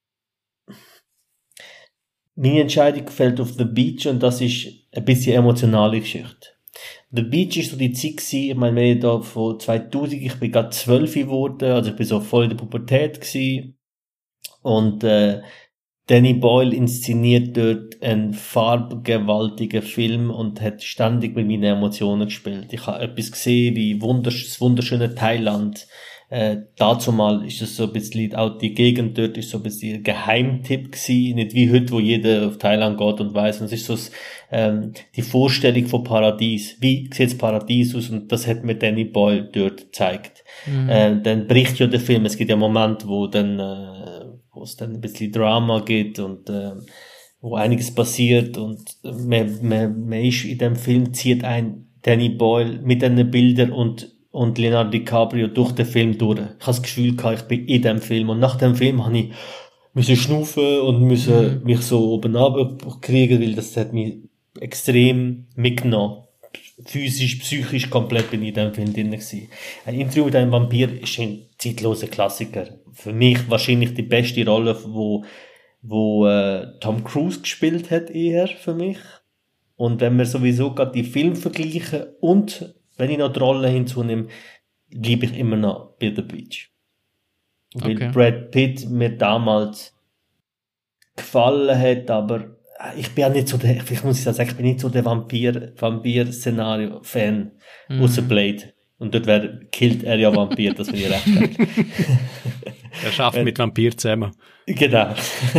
meine Entscheidung fällt auf The Beach und das ist ein bisschen emotionale Geschichte. The Beach ist so die Zeit gewesen, ich meine, wir reden da von 2000, ich bin gerade 12 geworden, also ich bin so voll in der Pubertät gewesen. Und Danny Boyle inszeniert dort einen farbgewaltigen Film und hat ständig mit meinen Emotionen gespielt. Ich habe etwas gesehen wie das wunderschöne Thailand. Dazumal ist es so ein bisschen, auch die Gegend dort ist so ein bisschen ein Geheimtipp gewesen, nicht wie heute, wo jeder auf Thailand geht und weiss. Und es ist so die Vorstellung von Paradies. Wie sieht das Paradies aus? Und das hat mir Danny Boyle dort gezeigt. Dann bricht ja der Film. Es gibt ja Momente, wo es dann ein bisschen Drama gibt und wo einiges passiert und man ist in dem Film, zieht ein Danny Boyle mit diesen Bildern und Leonardo DiCaprio durch den Film durch. Ich habe das Gefühl gehabt, ich bin in dem Film und nach dem Film habe ich müssen schnaufen und müssen mich so oben runterkriegen, weil das hat mich extrem mitgenommen. Physisch, psychisch komplett bin ich in diesem Film drin gewesen. Ein Interview mit einem Vampir ist ein zeitloser Klassiker. Für mich wahrscheinlich die beste Rolle, wo Tom Cruise gespielt hat, eher für mich. Und wenn wir sowieso gerade die Filme vergleichen und wenn ich noch die Rolle hinzunehme, bleibe ich immer noch bei The Beach. Weil Brad Pitt mir damals gefallen hat, aber ich bin ja nicht so der, vielleicht muss ich sagen, ich bin nicht so der Vampir-Szenario-Fan, außer Blade. Und dort killt er ja Vampir, das finde ich recht geil. Er schafft mit Vampir zusammen. Genau.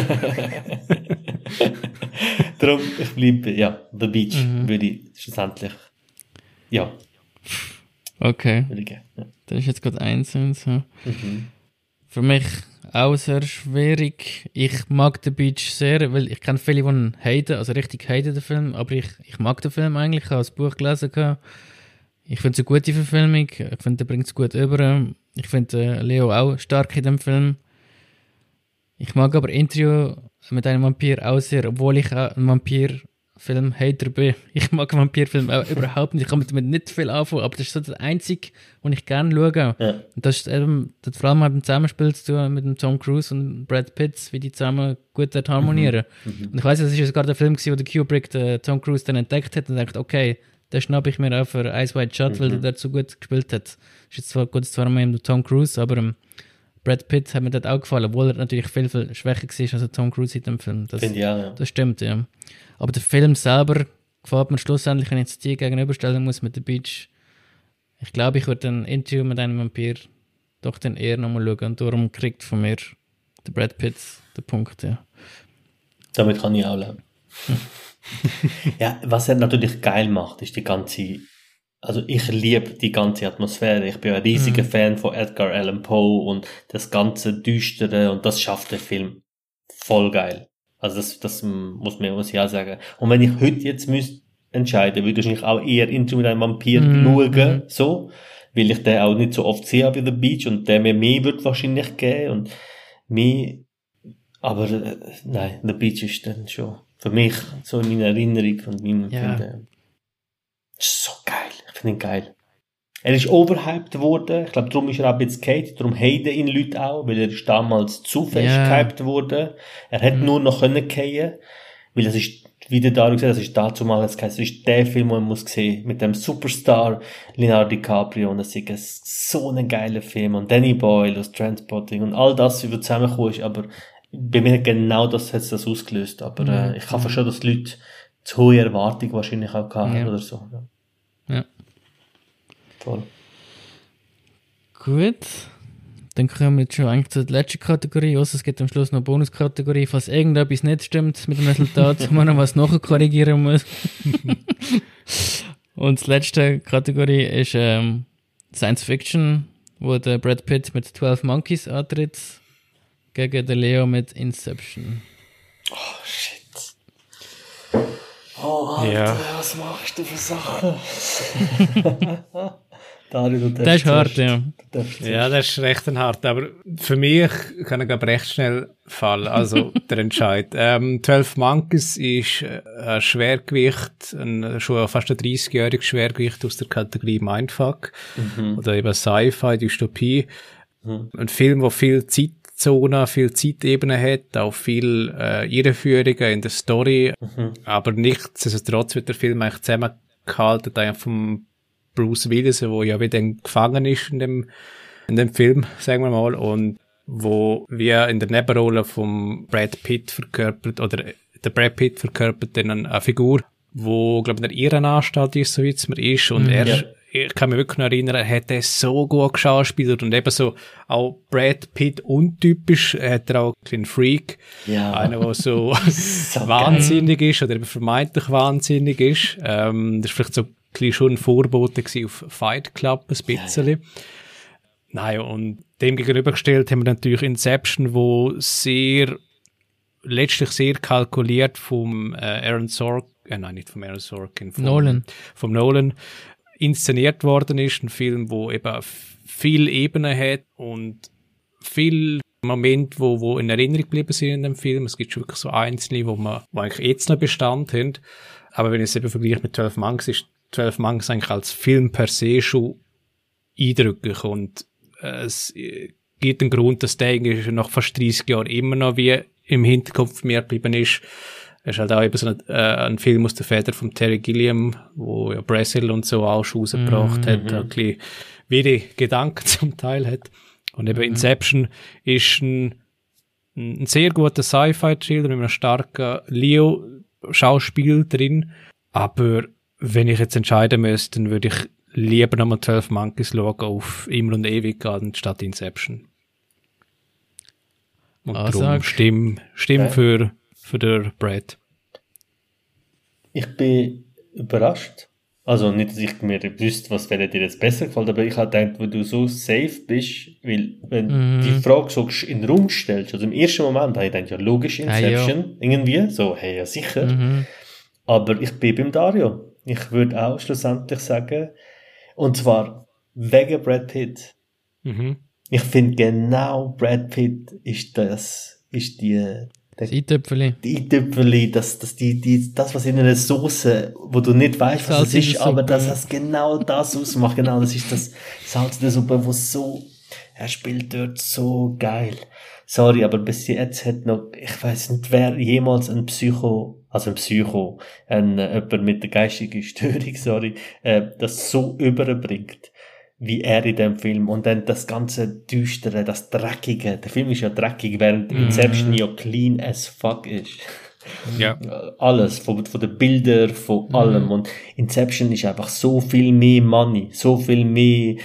Darum, ich bleibe, ja, The Beach würde ich schlussendlich, ja. Okay. Würde ich gerne, ja. Das ist jetzt gerade eins und so. Für mich auch sehr schwierig. Ich mag The Beach sehr, weil ich kenne viele, die haten, also richtig haten den Film, aber ich mag den Film eigentlich, ich habe das Buch gelesen. Ich finde es eine gute Verfilmung, ich finde, er bringt es gut über. Ich finde Leo auch stark in dem Film. Ich mag aber Interview mit einem Vampir auch sehr, obwohl ich auch ein Vampir-Film-Hater bin. Ich mag Vampirfilme auch überhaupt nicht, ich kann damit nicht viel anfangen, aber das ist so das Einzige, was ich gerne schaue. Ja. Und das ist eben, das vor allem mit dem Zusammenspiel zu tun, mit dem Tom Cruise und Brad Pitt, wie die zusammen gut dort harmonieren. Und ich weiss, das ist sogar der Film gewesen, wo der Kubrick den Tom Cruise dann entdeckt hat und dachte, okay, den schnappe ich mir auch für Eyes Wide Shut, weil der dort so gut gespielt hat. Ist jetzt zwar mehr mit Tom Cruise, aber Brad Pitt hat mir dort auch gefallen, obwohl er natürlich viel, viel schwächer war als Tom Cruise in dem Film. Das, finde ich auch, ja. Das stimmt, ja. Aber der Film selber gefällt mir schlussendlich, wenn ich jetzt die gegenüberstellen muss mit The Beach. Ich glaube, ich würde ein Interview mit einem Vampir doch dann eher nochmal schauen und darum kriegt von mir der Brad Pitt den Punkt, ja. Damit kann ich auch leben. Ja, was er natürlich geil macht, ist die ganze, also ich liebe die ganze Atmosphäre. Ich bin ein riesiger Fan von Edgar Allan Poe und das ganze Düstere und das schafft der Film voll geil. Also das muss ich auch sagen. Und wenn ich heute jetzt entscheiden, würde ich wahrscheinlich auch eher Interview mit einem Vampir schauen, so, weil ich den auch nicht so oft sehe wie The Beach und der mir mehr wird wahrscheinlich geben und mehr, aber nein, The Beach ist dann schon für mich so in meiner Erinnerung und meinem Empfinden. Ist so geil. Ich finde ihn geil. Er ist overhyped worden. Ich glaube, darum ist er auch ein bisschen gehatet. Darum haten ihn Leute auch, weil er ist damals zu fest gehyped worden. Er hätte nur noch können fallen, weil das ist, wie der Dario gesagt hat, das ist dazu mal das ist der Film, den man muss sehen, mit dem Superstar Leonardo DiCaprio und das ist so ein geiler Film und Danny Boyle aus Transporting und all das, wie zusammengekommen ist, aber bei mir genau das hat das ausgelöst, aber ich kann verstehen, dass die Leute zu hohe Erwartungen wahrscheinlich auch hatten oder so. Ja. Voll. Gut. Dann kommen wir jetzt schon eigentlich zur letzten Kategorie. Also es gibt am Schluss noch eine Bonuskategorie, falls irgendetwas nicht stimmt mit dem Resultat, wo man noch was nachkorrigieren muss. Und die letzte Kategorie ist Science Fiction, wo der Brad Pitt mit 12 Monkeys antritt, gegen den Leo mit Inception. Oh, shit. Oh, Alter, was machst du für Sachen? Dario, das ist hart, ja. Ja, das ist recht hart, aber für mich kann er glaube recht schnell fallen, also der Entscheid. 12 Monkeys ist ein Schwergewicht, schon fast ein 30-jähriges Schwergewicht aus der Kategorie Mindfuck oder eben Sci-Fi, Dystopie. Ein Film, der viel Zeitzone, viel Zeitebene hat, auch viel Irreführungen in der Story, aber nichtsdestotrotz wird der Film eigentlich zusammengehalten eigentlich vom Bruce Willis, wo ja wieder gefangen ist in dem Film, sagen wir mal, und wo wir in der Nebenrolle vom Brad Pitt verkörpert, oder der Brad Pitt verkörpert dann eine Figur, wo, glaube ich, in der Irrenanstalt ist, so wie es mir ist, und ich kann mich wirklich noch erinnern, er hat so gut geschauspielert und eben so auch Brad Pitt untypisch, hat er auch ein kleinen Freak, einer, der so wahnsinnig ist oder eben vermeintlich wahnsinnig ist. Das ist vielleicht so schon ein Vorbote auf Fight Club, ein bisschen. Ja. Nein, und dem gegenübergestellt haben wir natürlich Inception, wo letztlich sehr kalkuliert vom Aaron Sorkin, nein, nicht vom Aaron Sorkin, vom Nolan inszeniert worden ist. Ein Film, wo eben viel Ebenen hat und viel Momente, wo in Erinnerung geblieben sind in dem Film. Es gibt schon wirklich so einzelne, wo eigentlich jetzt noch Bestand haben. Aber wenn ich es eben vergleiche mit 12 Monkeys, ist 12 Monkeys eigentlich als Film per se schon eindrücklich und es gibt einen Grund, dass der eigentlich nach fast 30 Jahren immer noch wie im Hinterkopf mir geblieben ist. Es ist halt auch eben so ein Film aus der Feder von Terry Gilliam, wo ja Brazil und so auch schon rausgebracht hat, ein bisschen wilde Gedanken zum Teil hat. Und eben Inception ist ein sehr guter Sci-Fi-Thriller mit einem starken Leo-Schauspiel drin, aber wenn ich jetzt entscheiden müsste, dann würde ich lieber nochmal 12 Monkeys schauen auf Immer und Ewig anstatt Inception. Und darum Stimme für den Brad. Ich bin überrascht. Also nicht, dass ich mir wüsste, was wäre dir jetzt besser gefallen, aber ich habe gedacht, wo du so safe bist, weil wenn die Frage so in den Raum stellst, also im ersten Moment habe ich gedacht, ja logisch, Inception, irgendwie, so, hey, ja sicher. Aber ich bin beim Dario. Ich würde auch schlussendlich sagen, und zwar wegen Brad Pitt. Ich finde genau Brad Pitt ist die I-Tüpfeli, das, was in einer Soße, wo du nicht weißt, was es ist, aber das genau das ausmacht, genau, das ist das Salz der Suppe, wo so, er spielt dort so geil. Sorry, aber bis jetzt hat noch, ich weiss nicht, wer jemals jemand mit der geistigen Störung, das so überbringt, wie er in dem Film. Und dann das ganze Düstere, das Dreckige. Der Film ist ja dreckig, während Inception ja clean as fuck ist. Ja. Alles, von den Bildern, von allem. Und Inception ist einfach so viel mehr Money, so viel mehr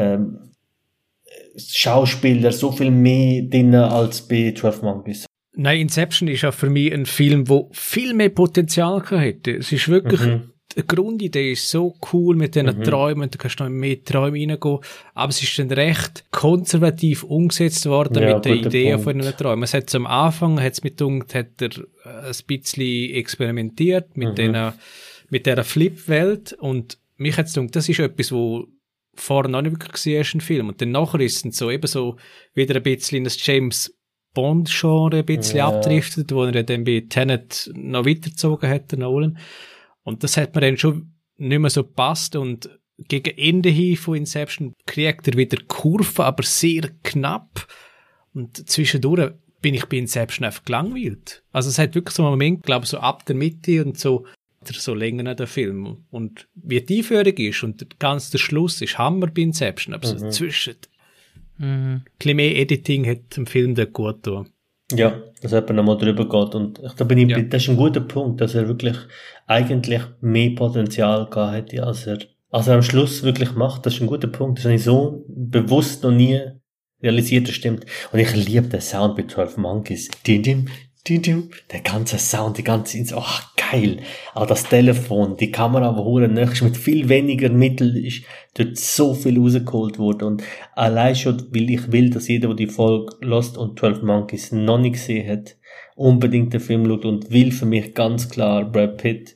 Schauspieler, so viel mehr drin als bei 12 Monkeys. Nein, Inception ist ja für mich ein Film, der viel mehr Potenzial hätte. Es ist wirklich, die Grundidee ist so cool mit diesen Träumen, da kannst du noch in mehr Träume reingehen, aber es ist dann recht konservativ umgesetzt worden mit der Idee von den Träumen. Es hat am Anfang, hat er ein bisschen experimentiert mit dieser Flip-Welt und mich hat es gedacht, das ist etwas, wo vorher noch nicht wirklich gesehen hast, ein Film. Und dann nachher ist es so eben so wieder ein bisschen in das James Bond-Genre ein bisschen abdriftet, wo er dann bei Tenet noch weitergezogen hat, der Nolan. Und das hat mir dann schon nicht mehr so gepasst und gegen Ende hin von Inception kriegt er wieder Kurven, aber sehr knapp. Und zwischendurch bin ich bei Inception einfach gelangweilt. Also es hat wirklich so einen Moment, glaube ich, so ab der Mitte und so länger der Film. Und wie die Einführung ist und ganz der Schluss ist Hammer bei Inception, aber so zwischen ein bisschen mehr Editing hat dem Film da gut getan. Ja, dass jemand nochmal drüber geht. Und da bin ich, das ist ein guter Punkt, dass er wirklich eigentlich mehr Potenzial gehabt hätte, als er am Schluss wirklich macht. Das ist ein guter Punkt. Das habe ich so bewusst noch nie realisiert, das stimmt. Und ich liebe den Sound bei 12 Monkeys. Der ganze Sound, die ganze, geil. Auch das Telefon, die Kamera, wo nah ist, mit viel weniger Mitteln ist dort so viel rausgeholt worden. Und allein schon, weil ich will, dass jeder, der die Folge Lost und 12 Monkeys noch nicht gesehen hat, unbedingt den Film schaut und will für mich ganz klar Brad Pitt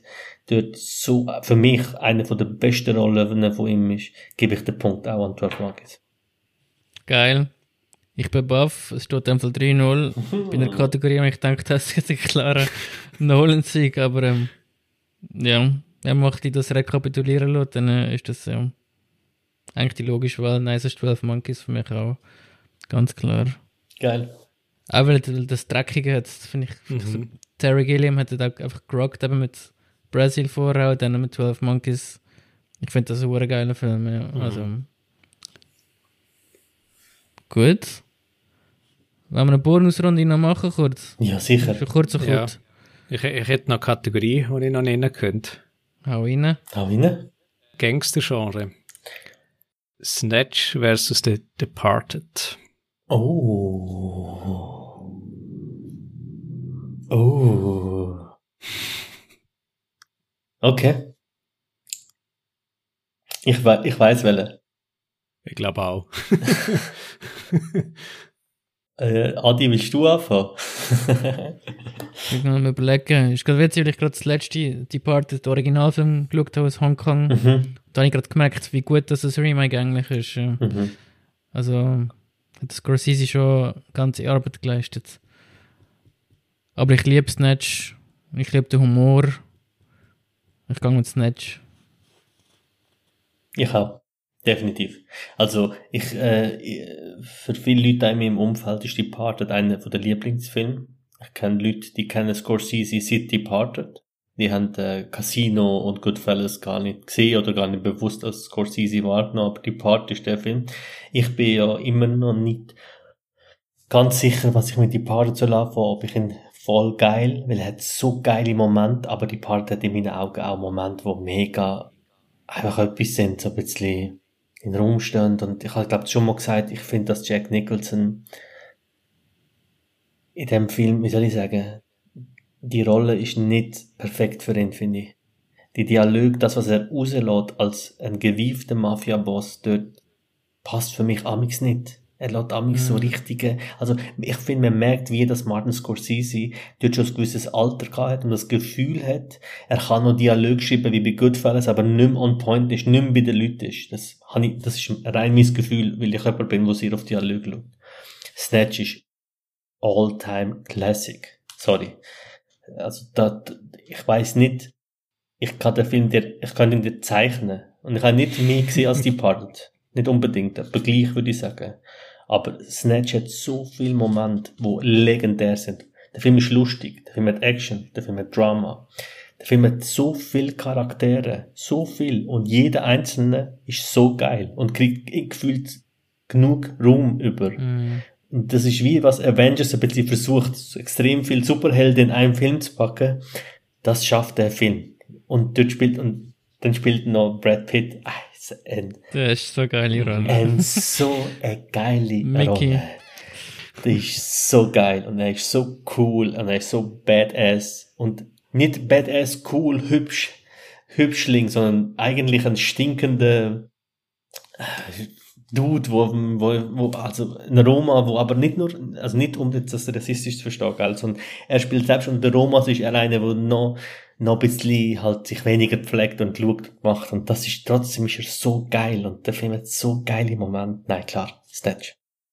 dort so, für mich, eine von der besten Rollen von ihm ist, gebe ich den Punkt auch an 12 Monkeys. Geil. Ich bin baff, es steht einfach 3-0 bei der Kategorie und ich denke, das ist ein klarer Nolan-Sieg, aber ja, wenn man das rekapitulieren lässt, dann ist das eigentlich die logische Wahl. Nein, es ist 12 Monkeys für mich auch. Ganz klar. Geil. Auch weil das Dreckige hat, finde ich, Terry Gilliam hat da einfach gerockt, eben mit Brazil vorher und dann mit 12 Monkeys. Ich finde das ein geiler Film, ja. Also, gut. Wollen wir eine Bonusrunde noch machen, kurz? Ja, sicher. Für kurz und Ja. kurz. Ich hätte noch eine Kategorie, die ich noch nennen könnte. Hau rein. Hau rein. Gangster-Genre. Snatch versus The Departed. Oh. Oh. Okay. Ich weiß welche. Ich glaube auch. Adi, willst du anfangen? Ich kann mir überlegen. Ist gerade witzig, weil ich gerade das letzte Departed, den Originalfilm geschaut habe aus Hongkong. Da habe ich gerade gemerkt, wie gut das Remake eigentlich ist. Also hat Scorsese schon ganze Arbeit geleistet. Aber ich liebe Snatch. Ich liebe den Humor. Ich gehe mit Snatch. Ich auch. Definitiv. Also, für viele Leute in meinem Umfeld ist Departed einer der Lieblingsfilme. Ich kenne Leute, die kennen Scorsese seit Departed. Die haben Casino und Goodfellas gar nicht gesehen oder gar nicht bewusst als Scorsese wahrgenommen, aber Departed ist der Film. Ich bin ja immer noch nicht ganz sicher, was ich mit Departed soll anfangen, ob ich ihn voll geil, weil er hat so geile Momente, aber Departed hat in meinen Augen auch Momente, wo mega einfach etwas sind, so ein bisschen in den Raum stehen. Und ich habe, glaube ich, schon mal gesagt, ich finde, dass Jack Nicholson in dem Film, wie soll ich sagen, die Rolle ist nicht perfekt für ihn, finde ich. Die Dialog, das, was er rauslässt als ein gewiefter Mafia-Boss, dort passt für mich amigs nicht. Er lässt amigs so richtige, also ich finde, man merkt, wie das Martin Scorsese dort schon ein gewisses Alter gehabt hat und das Gefühl hat, er kann noch Dialog schreiben wie bei Goodfellas, aber nicht mehr on point ist, nicht mehr bei den Leuten ist. Das ist rein mein Gefühl, weil ich jemand bin, der sehr auf Dialog schaut. Snatch ist all-time classic. Sorry. Also, ich weiss nicht, ich kann ihn dir zeichnen. Und ich habe nicht mehr gesehen als Departed. Nicht unbedingt, aber gleich würde ich sagen. Aber Snatch hat so viele Momente, die legendär sind. Der Film ist lustig, der Film hat Action, der Film hat Drama. Der Film hat so viele Charaktere, so viel. Und jeder einzelne ist so geil und kriegt gefühlt genug Raum über. Und das ist wie was Avengers ein bisschen versucht, so extrem viel Superhelden in einem Film zu packen. Das schafft der Film. Und dann spielt noch Brad Pitt. Das ist so eine geile Rolle. So eine geile Mickey. Rolle. Das ist so geil. Und er ist so cool. Und er ist so badass. Und nicht badass, cool, Hübschling, sondern eigentlich ein stinkender Dude, wo also ein Roma, wo aber nicht nur, also nicht um das rassistisch zu verstehen, gell, sondern er spielt selbst, und der Roma ist er einer, der noch ein bisschen halt sich weniger pflegt und schaut macht, und das ist, trotzdem ist er so geil, und der Film hat so geile Momente. Nein, klar, Snatch.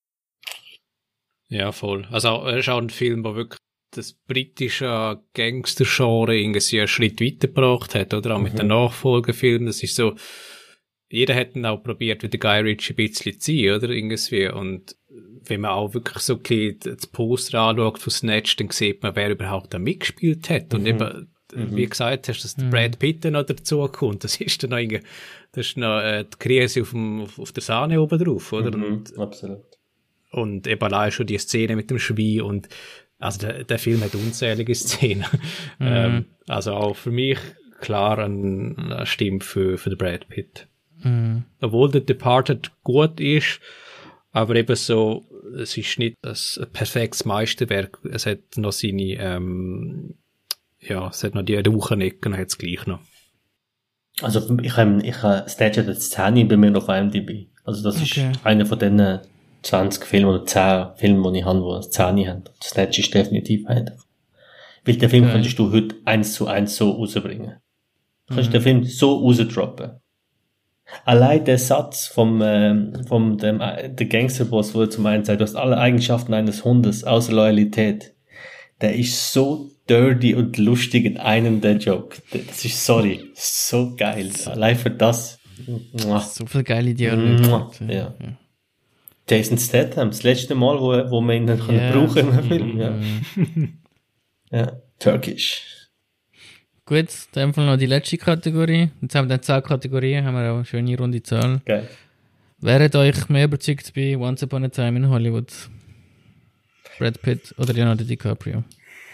Ja, voll. Also, er ist auch ein Film, der wirklich das britische Gangster-Genre irgendwie einen Schritt weitergebracht hat, oder? Auch mit den Nachfolgefilmen, das ist so, jeder hat dann auch probiert, wie der Guy Ritchie ein bisschen zu sein, oder? Irgendwie. Und wenn man auch wirklich so das Poster anschaut von Snatch, dann sieht man, wer überhaupt da mitgespielt hat. Und eben, wie gesagt hast, dass Brad Pitt noch dazu kommt. Das ist dann noch das ist noch die Krise auf der Sahne oben drauf, oder? Absolut. Und eben allein schon die Szene mit dem Schwein und, also der Film hat unzählige Szenen. Also auch für mich klar eine Stimme für den Brad Pitt. Obwohl The Departed gut ist, aber eben so, es ist nicht ein perfektes Meisterwerk. Es hat noch seine, es hat noch die Rauchenecken, hat es gleich noch. Also ich habe Snatch hat 10 bei mir auf IMDb. Also das ist einer von den 20 Filmen oder 10 Filmen, die ich habe, die 10 haben. Snatch ist definitiv einer. Weil den Film könntest du heute 1:1 so rausbringen. Kannst den Film so rausdroppen. Allein der Satz der Gangsterboss, wo er zum einen sagt, du hast alle Eigenschaften eines Hundes, außer Loyalität. Der ist so dirty und lustig in einem der Joke. Das ist, so geil. Allein für das. So viele geile Dialoge. Ja. Jason Statham, das letzte Mal, wo man ihn dann brauchen in einem Film. Ja. Ja, Turkish. Gut, in dem Fall noch die letzte Kategorie. Jetzt haben wir dann 10 Kategorien, haben wir auch eine schöne runde Zahl. Geil. Wer hat euch mehr überzeugt bei Once Upon a Time in Hollywood? Brad Pitt oder Leonardo DiCaprio?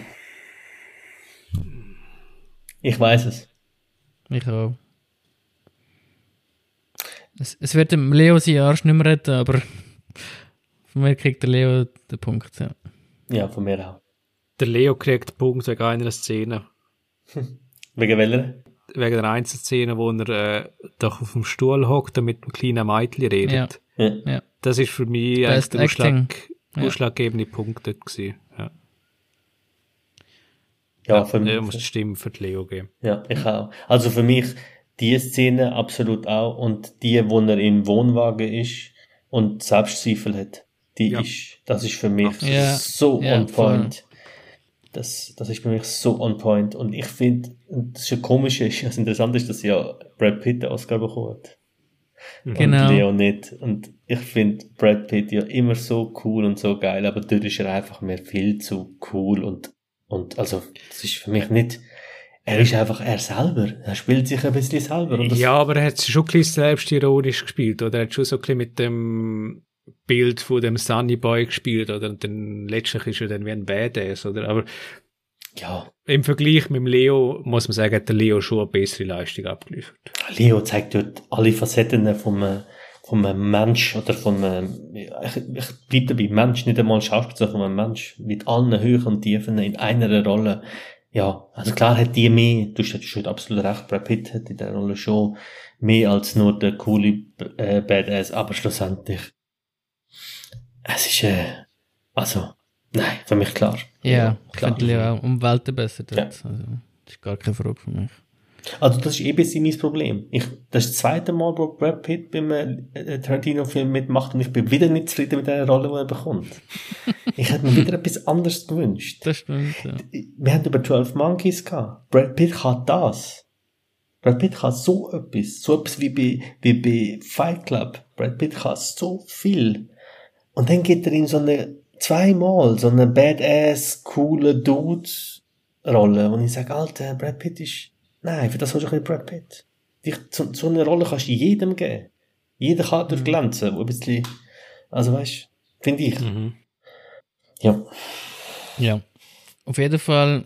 Ich weiß es. Ich auch. Es wird dem Leo sein Arsch nicht mehr retten, aber von mir kriegt der Leo den Punkt. Ja, ja, von mir auch. Der Leo kriegt den Punkt wegen einer Szene. Wegen welcher? Wegen der Einzelszene, wo er doch auf dem Stuhl hockt und mit einem kleinen Mädchen redet. Ja. Das ist für mich der ausschlaggebende Punkt dort gewesen. Ja. Ja, für mich. Ich muss die Stimme für die Leo geben. Ja, ich auch. Also für mich die Szene absolut auch und die, wo er im Wohnwagen ist und Selbstzweifel hat, das ist für mich so on point. Das ist für mich so on point. Und ich finde, das ist ja komisch, das Interessante ist, dass ja Brad Pitt den Oscar bekommen hat. Genau. Und Leo nicht. Und ich finde Brad Pitt ja immer so cool und so geil, aber dort ist er einfach mehr viel zu cool und also, das ist für mich nicht, er ist einfach er selber. Er spielt sich ein bisschen selber. Und ja, aber er hat schon ein bisschen selbstironisch gespielt, oder? Er hat schon so ein bisschen mit dem Bild von dem Sunny Boy gespielt, oder? Und dann letztlich ist er dann wie ein Badass, oder? Aber ja, im Vergleich mit dem Leo, muss man sagen, hat der Leo schon eine bessere Leistung abgeliefert. Leo zeigt dort alle Facetten vom Mensch oder ich bleib dabei, Mensch, nicht einmal Schauspieler, sondern von einem Mensch, mit allen Höhen und Tiefen in einer Rolle. Ja, also klar hat die mehr, du hast absolut recht, Brad Pitt hat in der Rolle schon mehr als nur der coole Badass, aber schlussendlich, es ist, nein, für mich klar. Ja, ich finde Leo auch um Welten besser dort. Ja. Also, das ist gar keine Frage für mich. Also das ist ein bisschen mein Problem. Das ist das zweite Mal, wo Brad Pitt beim Tarantino-Film mitmacht und ich bin wieder nicht zufrieden mit der Rolle, die er bekommt. Ich hätte mir wieder etwas anderes gewünscht. Das stimmt, ja. Wir haben über 12 Monkeys gehabt. Brad Pitt kann das. Brad Pitt kann so etwas wie bei Fight Club. Brad Pitt kann so viel. Und dann geht er in zweimal so eine badass, coole Dude-Rolle. Und ich sage, Alter, Brad Pitt ist... Nein, für das hast du ein bisschen Brad Pitt. So eine Rolle kannst du jedem geben. Jeder kann durchglänzen, wo ein bisschen, also weißt, finde ich. Mhm. Ja. Ja. Auf jeden Fall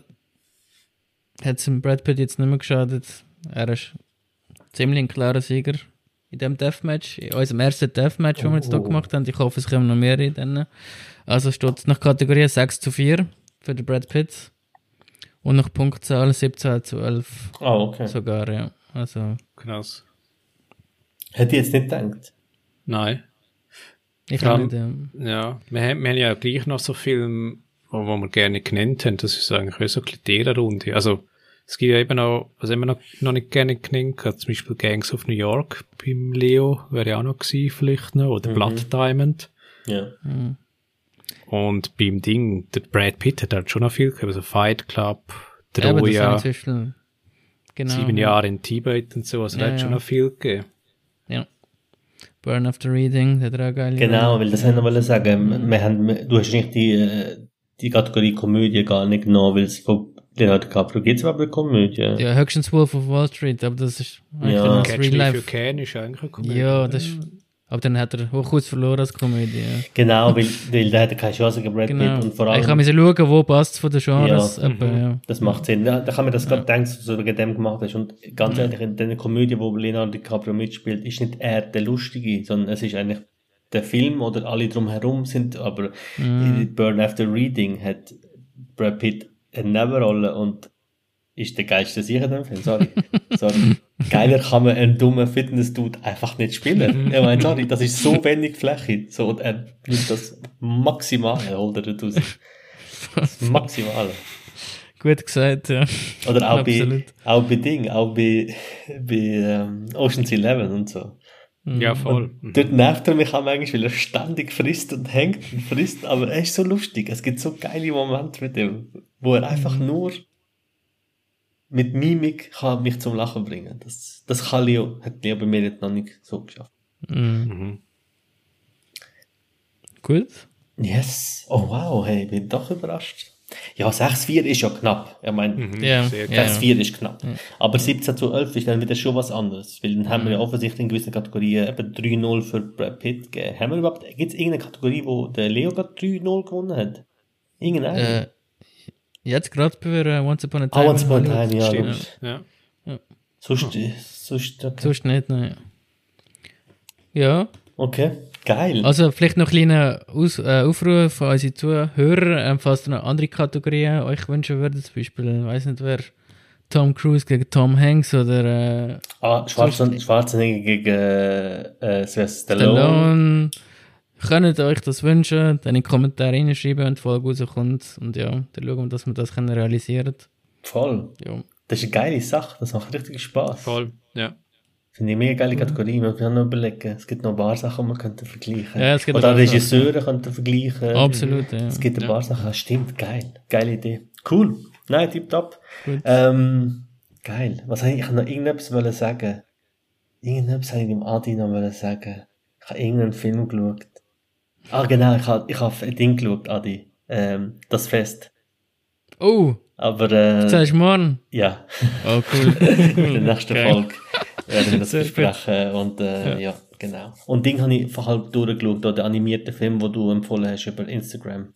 hat es dem Brad Pitt jetzt nicht mehr geschadet. Er ist ziemlich ein klarer Sieger in diesem Deathmatch, in unserem ersten Deathmatch, das wir jetzt hier gemacht haben. Ich hoffe, es kommen noch mehr in denen. Also steht es nach Kategorie 6:4 für den Brad Pitt. Und nach Punktzahl 17:11. Ah, okay. Sogar, ja. Also. Krass. Hätte ich jetzt nicht gedacht. Nein. Ich auch nicht, ja. Wir haben ja gleich noch so Filme, wo wir gerne genannt haben. Das ist eigentlich so eine Kriterienrunde. Also, es gibt ja eben auch, was haben wir noch nicht gerne genannt, zum Beispiel Gangs of New York beim Leo, wäre ja auch noch gewesen, vielleicht noch, oder Blood Diamond. Ja. Mhm. Und beim Ding, der Brad Pitt hat halt schon noch viel gehabt, also Fight Club, Troja, genau, 7 Jahre in Tibet und so, also da hat schon noch viel gegeben. Ja. Burn After Reading, der hat auch geil. Genau, weil das wollte ich noch sagen. Du hast nicht die Kategorie Komödie gar nicht genommen, weil es von Leonardo DiCaprio geht zwar bei Komödie. Ja, höchstens Wolf of Wall Street, aber das ist eigentlich Ja. Catch Real Me Life. If You Can ist eigentlich eine Komödie. Ja, das ist... Aber dann hat er hochhaus verloren als Komödie. Ja. Genau, weil der hat keine Chance gegen Brad Pitt und vor allem... Ich kann mir schauen, wo passt von den Genres. Ja, ja. Das macht Sinn. Ja, da kann man das gerade denken, dass du wegen dem gemacht hast. Und ganz ehrlich, in der Komödie, wo Leonardo DiCaprio mitspielt, ist nicht er der Lustige, sondern es ist eigentlich der Film oder alle drumherum sind, aber in Burn After Reading hat Brad Pitt eine Nebenrolle und ist der geilste sicher in dem Film. Sorry. Geiler kann man einen dummen Fitness-Dude einfach nicht spielen. Ich meine, sorry, das ist so wenig Fläche. So, und er nimmt das Maximale, holt er daraus. Das Maximale. Gut gesagt, ja. Oder auch bei Ocean's 11 und so. Ja, voll. Und dort nervt er mich auch manchmal, weil er ständig frisst und hängt und frisst, aber er ist so lustig. Es gibt so geile Momente mit ihm, wo er einfach nur mit Mimik kann mich zum Lachen bringen. Das kann Leo, hat Leo bei mir jetzt noch nicht so geschafft. Gut. Yes. Oh wow, hey, bin doch überrascht. Ja, 6-4 ist ja knapp. Ich meine, 6-4 ist knapp. Ja. Aber 17-11 ist dann wieder schon was anderes. Weil dann haben wir ja offensichtlich in gewissen Kategorien eben 3-0 für Brad Pitt gegeben. Gibt es irgendeine Kategorie, wo der Leo gerade 3-0 gewonnen hat? Irgendeine? Jetzt gerade bei Once Upon a Time. Once Upon a Time, ja. Stimmt. Ja. Sonst okay. Sonst nicht, nein. Ja. Okay, geil. Also vielleicht noch ein kleiner Aufruf an unsere Zuhörer, falls ihr noch andere Kategorien euch wünschen würdet, zum Beispiel, ich weiss nicht wer, Tom Cruise gegen Tom Hanks oder Schwarzenegger gegen Sylvester Stallone. Könnt ihr euch das wünschen, dann in die Kommentare reinschreiben, wenn die Folge rauskommt und ja, dann schauen wir, dass wir das realisieren können. Voll. Ja. Das ist eine geile Sache, das macht richtig Spaß. Voll, ja. Finde ich eine mega geile Kategorie. Wir können noch überlegen. Es gibt noch ein paar Sachen, die man könnte vergleichen. Ja, es gibt oder Regisseure könnten vergleichen. Absolut, ja. Es gibt ein paar Sachen. Stimmt, geil. Geile Idee. Cool. Nein, tipptopp. Geil. Was habe ich noch irgendetwas wollen sagen? Irgendetwas habe ich dem Adi noch wollen sagen. Ich habe irgendeinen Film geschaut. Genau. Ich habe ein Ding geschaut, Adi. Das Fest. Oh. Aber, sagst du morgen? Ja. Oh, cool. In der nächsten Folge werden wir das besprechen. Und, ja, genau. Und Ding habe ich halb durchgeschaut, den animierten Film, den du empfohlen hast über Instagram.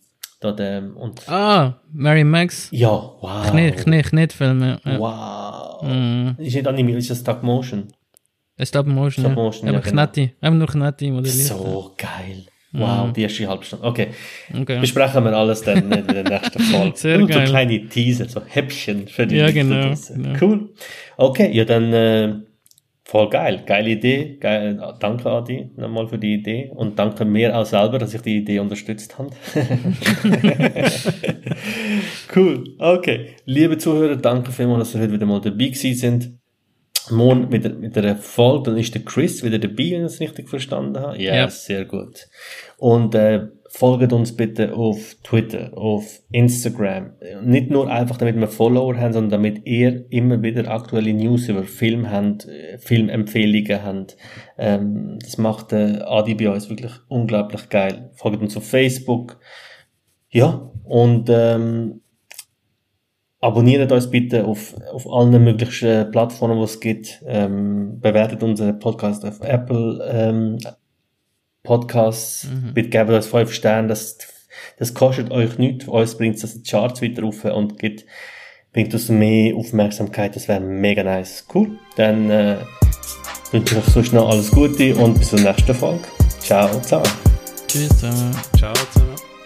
Mary Max. Ja, wow. Knetfilm, ja. Wow. Ist nicht animiert, ist das Stop Motion? Stop Motion, ja. Aber genau. Einfach nur Knetti modelliert. So geil. Wow, die erste halbe Stunde. Okay. Besprechen wir alles dann in der nächsten Folge. Sehr geil. So kleine Teaser, so Häppchen für die Ja, genau. Cool. Okay, ja dann voll geil. Geile Idee. Geil. Danke, Adi, nochmal für die Idee. Und danke mir auch selber, dass ich die Idee unterstützt habe. Cool. Okay. Liebe Zuhörer, danke vielmals, dass ihr heute wieder mal dabei gewesen sind. Morgen mit der Folge, dann ist der Chris wieder dabei, wenn ich es richtig verstanden habe. Ja, sehr gut. Und folgt uns bitte auf Twitter, auf Instagram. Nicht nur einfach, damit wir Follower haben, sondern damit ihr immer wieder aktuelle News über Film habt, Filmempfehlungen habt. Das macht Adi bei uns wirklich unglaublich geil. Folgt uns auf Facebook. Ja, und abonniert uns bitte auf allen möglichen Plattformen, die es gibt. Bewertet unseren Podcast auf Apple Podcasts. Bitte gebt uns 5 Sterne. Das kostet euch nichts. Für uns bringt es die Charts weiter rauf und bringt uns mehr Aufmerksamkeit. Das wäre mega nice. Cool. Dann wünsche ich euch sonst noch alles Gute und bis zur nächsten Folge. Ciao zusammen. Tschüss zusammen. Ciao zusammen.